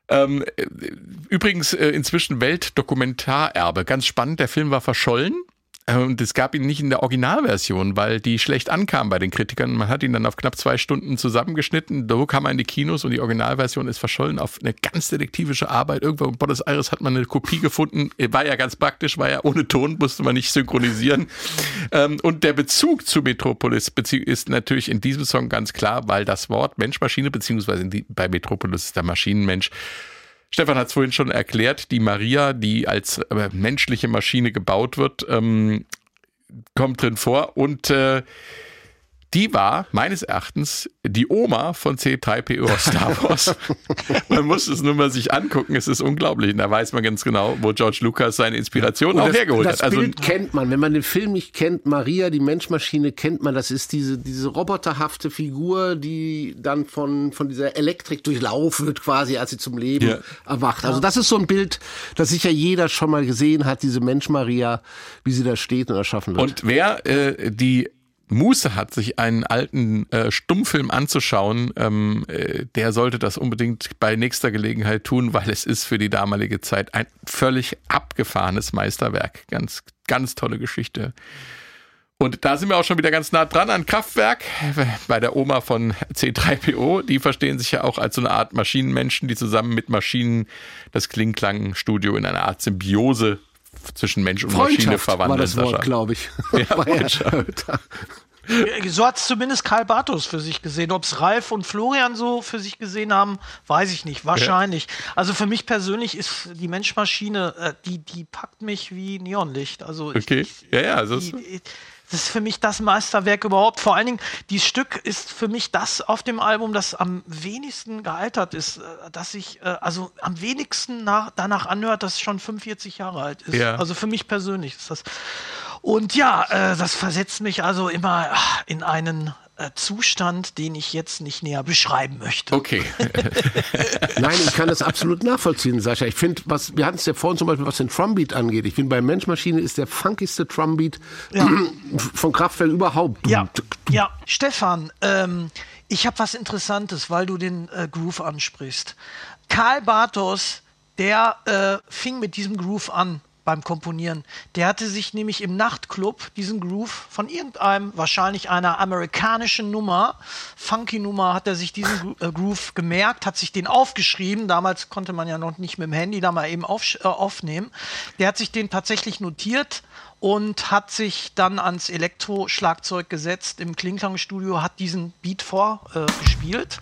Speaker 5: Übrigens inzwischen Weltdokumentarerbe. Ganz spannend, der Film war verschollen. Und es gab ihn nicht in der Originalversion, weil die schlecht ankam bei den Kritikern. Man hat ihn dann auf knapp 2 Stunden zusammengeschnitten. So kam er in die Kinos und die Originalversion ist verschollen auf eine ganz detektivische Arbeit. Irgendwo in Buenos Aires hat man eine Kopie gefunden. War ja ganz praktisch, war ja ohne Ton, musste man nicht synchronisieren. Und der Bezug zu Metropolis ist natürlich in diesem Song ganz klar, weil das Wort Mensch-Maschine, beziehungsweise bei Metropolis ist der Maschinenmensch. Stefan hat es vorhin schon erklärt, die Maria, die als menschliche Maschine gebaut wird, kommt drin vor und die war meines Erachtens die Oma von C-3PO aus Star Wars. Man muss es nur mal sich angucken, es ist unglaublich. Und da weiß man ganz genau, wo George Lucas seine Inspiration auch hergeholt hat.
Speaker 6: Das Bild kennt man, wenn man den Film nicht kennt, Maria, die Menschmaschine, kennt man. Das ist diese roboterhafte Figur, die dann von dieser Elektrik durchlaufen wird quasi, als sie zum Leben erwacht. Also das ist so ein Bild, das sicher jeder schon mal gesehen hat, diese Mensch-Maria, wie sie da steht und erschaffen wird.
Speaker 5: Und wer die Muße hat, sich einen alten Stummfilm anzuschauen, der sollte das unbedingt bei nächster Gelegenheit tun, weil es ist für die damalige Zeit ein völlig abgefahrenes Meisterwerk. Ganz, ganz tolle Geschichte. Und da sind wir auch schon wieder ganz nah dran an Kraftwerk, bei der Oma von C-3PO. Die verstehen sich ja auch als so eine Art Maschinenmenschen, die zusammen mit Maschinen das Kling-Klang-Studio in einer Art Symbiose zwischen Mensch und Maschine verwandeln.
Speaker 6: War das Wort, glaube ich.
Speaker 4: So hat es zumindest Karl Bartos für sich gesehen. Ob es Ralf und Florian so für sich gesehen haben, weiß ich nicht. Wahrscheinlich. Also für mich persönlich ist die Menschmaschine, die packt mich wie Neonlicht. Also das ist für mich das Meisterwerk überhaupt. Vor allen Dingen, dieses Stück ist für mich das auf dem Album, das am wenigsten gealtert ist, dass sich also am wenigsten danach anhört, dass es schon 45 Jahre alt ist. Ja. Also für mich persönlich ist das. Und das versetzt mich also immer in einen Zustand, den ich jetzt nicht näher beschreiben möchte.
Speaker 5: Okay.
Speaker 6: Nein, ich kann das absolut nachvollziehen, Sascha. Ich finde, wir hatten es ja vorhin zum Beispiel, was den Drumbeat angeht. Ich finde, bei Mensch-Maschine ist der funkigste Drumbeat von Kraftwerk überhaupt.
Speaker 4: Ja, Stefan, ich habe was Interessantes, weil du den Groove ansprichst. Karl Bartos, der fing mit diesem Groove an beim Komponieren. Der hatte sich nämlich im Nachtclub diesen Groove von irgendeinem, wahrscheinlich einer amerikanischen Nummer, Funky-Nummer, hat er sich diesen Groove gemerkt, hat sich den aufgeschrieben. Damals konnte man ja noch nicht mit dem Handy da mal eben aufnehmen. Der hat sich den tatsächlich notiert und hat sich dann ans Elektro-Schlagzeug gesetzt im Kling-Klang-Studio, hat diesen Beat vorgespielt.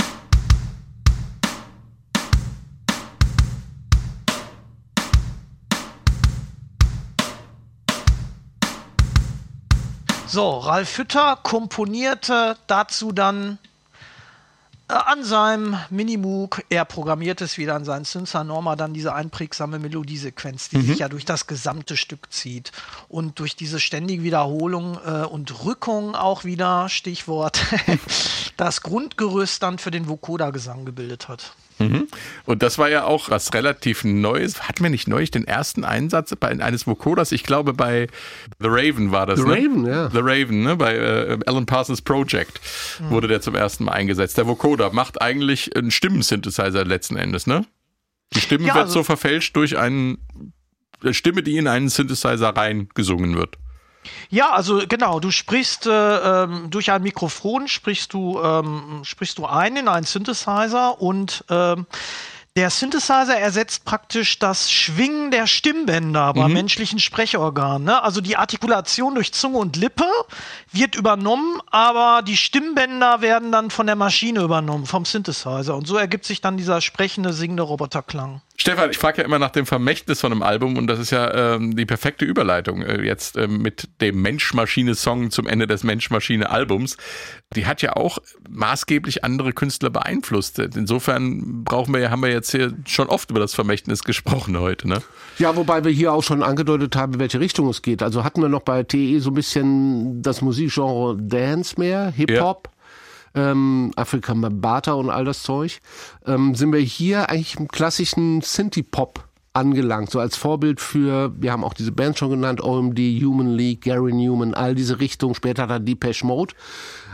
Speaker 4: So, Ralf Hütter komponierte dazu dann an seinem Minimoog, er programmiert es wieder an seinen Synthesizer Norma, dann diese einprägsame Melodiesequenz, die sich ja durch das gesamte Stück zieht. Und durch diese ständige Wiederholung und Rückung auch wieder, Stichwort, das Grundgerüst dann für den Vocoder-Gesang gebildet hat.
Speaker 5: Und das war ja auch was relativ Neues. Hatten wir nicht neulich den ersten Einsatz eines Vocoders? Ich glaube, bei The Raven war das.
Speaker 6: The Raven, ja.
Speaker 5: The Raven, ne? Bei Alan Parsons Project wurde der zum ersten Mal eingesetzt. Der Vocoder macht eigentlich einen Stimmensynthesizer letzten Endes, ne? Die Stimme wird so verfälscht durch eine Stimme, die in einen Synthesizer reingesungen wird.
Speaker 4: Ja, also genau, du sprichst durch ein Mikrofon, sprichst du ein in einen Synthesizer und der Synthesizer ersetzt praktisch das Schwingen der Stimmbänder bei menschlichen Sprechorganen. Ne? Also die Artikulation durch Zunge und Lippe wird übernommen, aber die Stimmbänder werden dann von der Maschine übernommen, vom Synthesizer. Und so ergibt sich dann dieser sprechende, singende Roboterklang.
Speaker 5: Stefan, ich frage ja immer nach dem Vermächtnis von einem Album und das ist ja die perfekte Überleitung jetzt mit dem Mensch-Maschine-Song zum Ende des Mensch-Maschine-Albums. Die hat ja auch maßgeblich andere Künstler beeinflusst. Insofern haben wir jetzt hier schon oft über das Vermächtnis gesprochen heute, ne?
Speaker 6: Ja, wobei wir hier auch schon angedeutet haben, in welche Richtung es geht. Also hatten wir noch bei TE so ein bisschen das Musikgenre Dance mehr, Hip-Hop. Ja. Afrika Bambaataa und all das Zeug, sind wir hier eigentlich im klassischen Synthie-Pop angelangt, so als Vorbild für, wir haben auch diese Bands schon genannt, OMD, Human League, Gary Newman, all diese Richtungen, später dann Depeche Mode.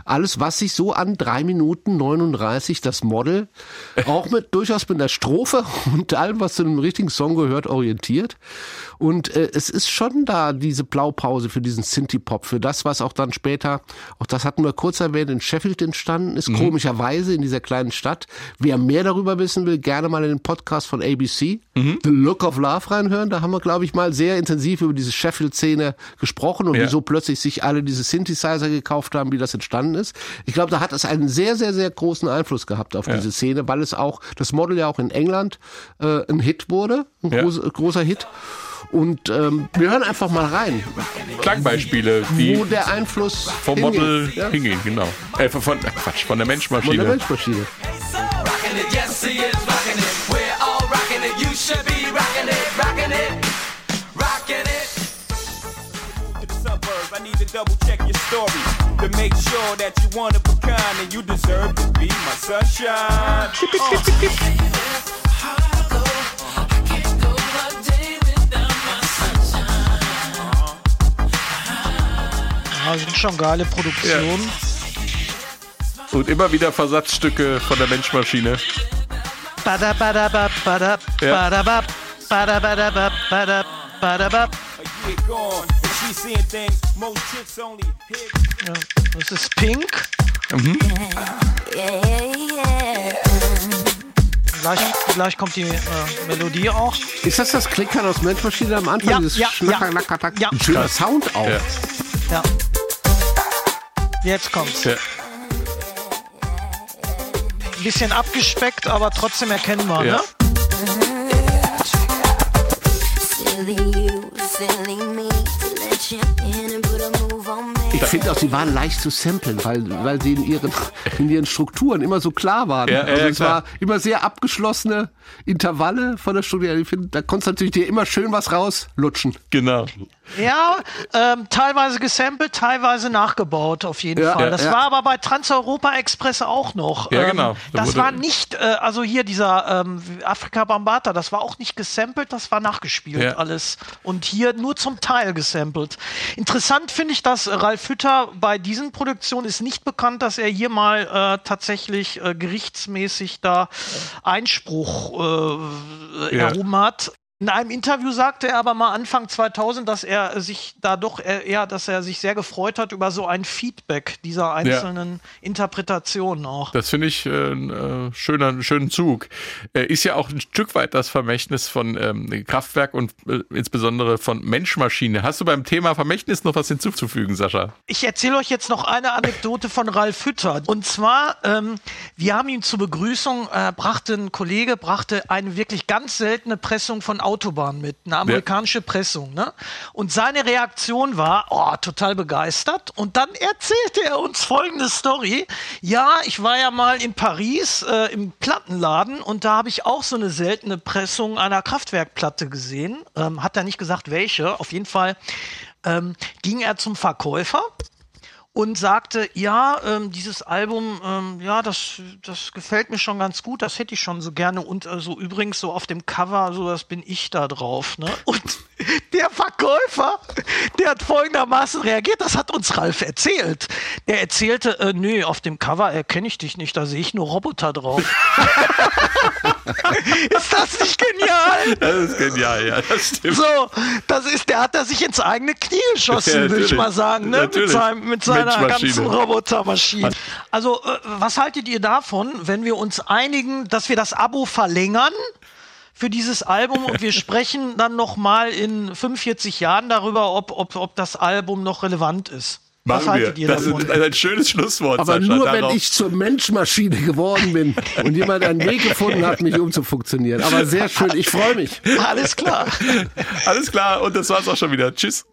Speaker 6: alles, was sich so an 3 Minuten 39 das Model auch durchaus mit der Strophe und allem, was zu einem richtigen Song gehört, orientiert. Und es ist schon da diese Blaupause für diesen Synthie-Pop, für das, was auch dann später, auch das hatten wir kurz erwähnt, in Sheffield entstanden ist, komischerweise in dieser kleinen Stadt. Wer mehr darüber wissen will, gerne mal in den Podcast von ABC, The Look of Love reinhören. Da haben wir, glaube ich, mal sehr intensiv über diese Sheffield-Szene gesprochen und wieso plötzlich sich alle diese Synthesizer gekauft haben, wie das entstanden ist. Ich glaube, da hat es einen sehr, sehr, sehr großen Einfluss gehabt auf diese Szene, weil es auch, das Model ja auch in England ein Hit wurde, ein großer Hit. Und wir hören einfach mal rein.
Speaker 5: Klangbeispiele, die
Speaker 6: wo der Einfluss
Speaker 5: vom Model hingehen, genau. Von der Menschmaschine.
Speaker 6: Von der Menschmaschine.
Speaker 12: I need to double check your story to make sure that you one of a kind and you deserve to be my sunshine.
Speaker 4: Das sind schon geile Produktionen.
Speaker 5: Ja. Und immer wieder Versatzstücke von der Menschmaschine.
Speaker 4: Badabadabab, badab, badabab, badabadabab, badab, badabab. Ja, das ist Pink. Gleich kommt die Melodie auch.
Speaker 6: Ist das Klickern aus Menschmaschine am Anfang?
Speaker 4: Ja,
Speaker 6: dieses Schnacker-Nacker-Tack?
Speaker 4: ja.
Speaker 6: Ein schöner Sound auch.
Speaker 4: Ja. Jetzt kommt's. Ja. Ein bisschen abgespeckt, aber trotzdem erkennbar, ne?
Speaker 6: Ich finde auch, sie waren leicht zu samplen, weil sie in ihren Strukturen immer so klar waren. Es war immer sehr abgeschlossene Intervalle von der Struktur. Ich finde, da konntest du natürlich dir immer schön was rauslutschen.
Speaker 5: Genau.
Speaker 4: Ja, teilweise gesampelt, teilweise nachgebaut auf jeden Fall. Das war aber bei Trans-Europa Express auch noch.
Speaker 5: Ja, genau.
Speaker 4: Das war nicht, also hier dieser Afrika Bambata, das war auch nicht gesampelt, das war nachgespielt alles. Und hier nur zum Teil gesampelt. Interessant finde ich, dass Ralf Hütter bei diesen Produktionen ist nicht bekannt, dass er hier mal tatsächlich gerichtsmäßig da Einspruch erhoben hat. In einem Interview sagte er aber mal Anfang 2000, dass er sich da doch dass er sich sehr gefreut hat über so ein Feedback dieser einzelnen Interpretationen auch.
Speaker 5: Das finde ich einen schönen Zug. Ist ja auch ein Stück weit das Vermächtnis von Kraftwerk und insbesondere von Menschmaschine. Hast du beim Thema Vermächtnis noch was hinzuzufügen, Sascha?
Speaker 4: Ich erzähle euch jetzt noch eine Anekdote von Ralf Hütter. Und zwar, wir haben ihn zur Begrüßung, ein Kollege brachte eine wirklich ganz seltene Pressung von Autobahn mit, eine amerikanische Pressung, ne? Und seine Reaktion war, total begeistert. Und dann erzählte er uns folgende Story. Ja, ich war ja mal in Paris im Plattenladen und da habe ich auch so eine seltene Pressung einer Kraftwerkplatte gesehen. Hat er nicht gesagt, welche. Auf jeden Fall ging er zum Verkäufer und sagte, dieses Album, das gefällt mir schon ganz gut, das hätte ich schon so gerne und so übrigens so auf dem Cover, so das bin ich da drauf, ne? Und der Verkäufer, der hat folgendermaßen reagiert, das hat uns Ralf erzählt. Der erzählte, nö, auf dem Cover erkenne ich dich nicht, da sehe ich nur Roboter drauf. Ist das nicht genial?
Speaker 5: Das ist genial, ja, das stimmt.
Speaker 4: So, der hat sich ins eigene Knie geschossen, würde ich mal sagen, ne? Mit seiner ganzen Robotermaschine. Also, was haltet ihr davon, wenn wir uns einigen, dass wir das Abo verlängern für dieses Album und wir sprechen dann noch mal in 45 Jahren darüber, ob das Album noch relevant ist? Was haltet ihr davon?
Speaker 5: Das ist ein schönes Schlusswort,
Speaker 6: aber
Speaker 5: Sascha,
Speaker 6: nur,
Speaker 5: darauf.
Speaker 6: wenn ich zur Menschmaschine geworden bin und jemand einen Weg gefunden hat, mich umzufunktionieren. Aber sehr schön, ich freue mich.
Speaker 4: Alles klar.
Speaker 5: Alles klar und das war's auch schon wieder. Tschüss.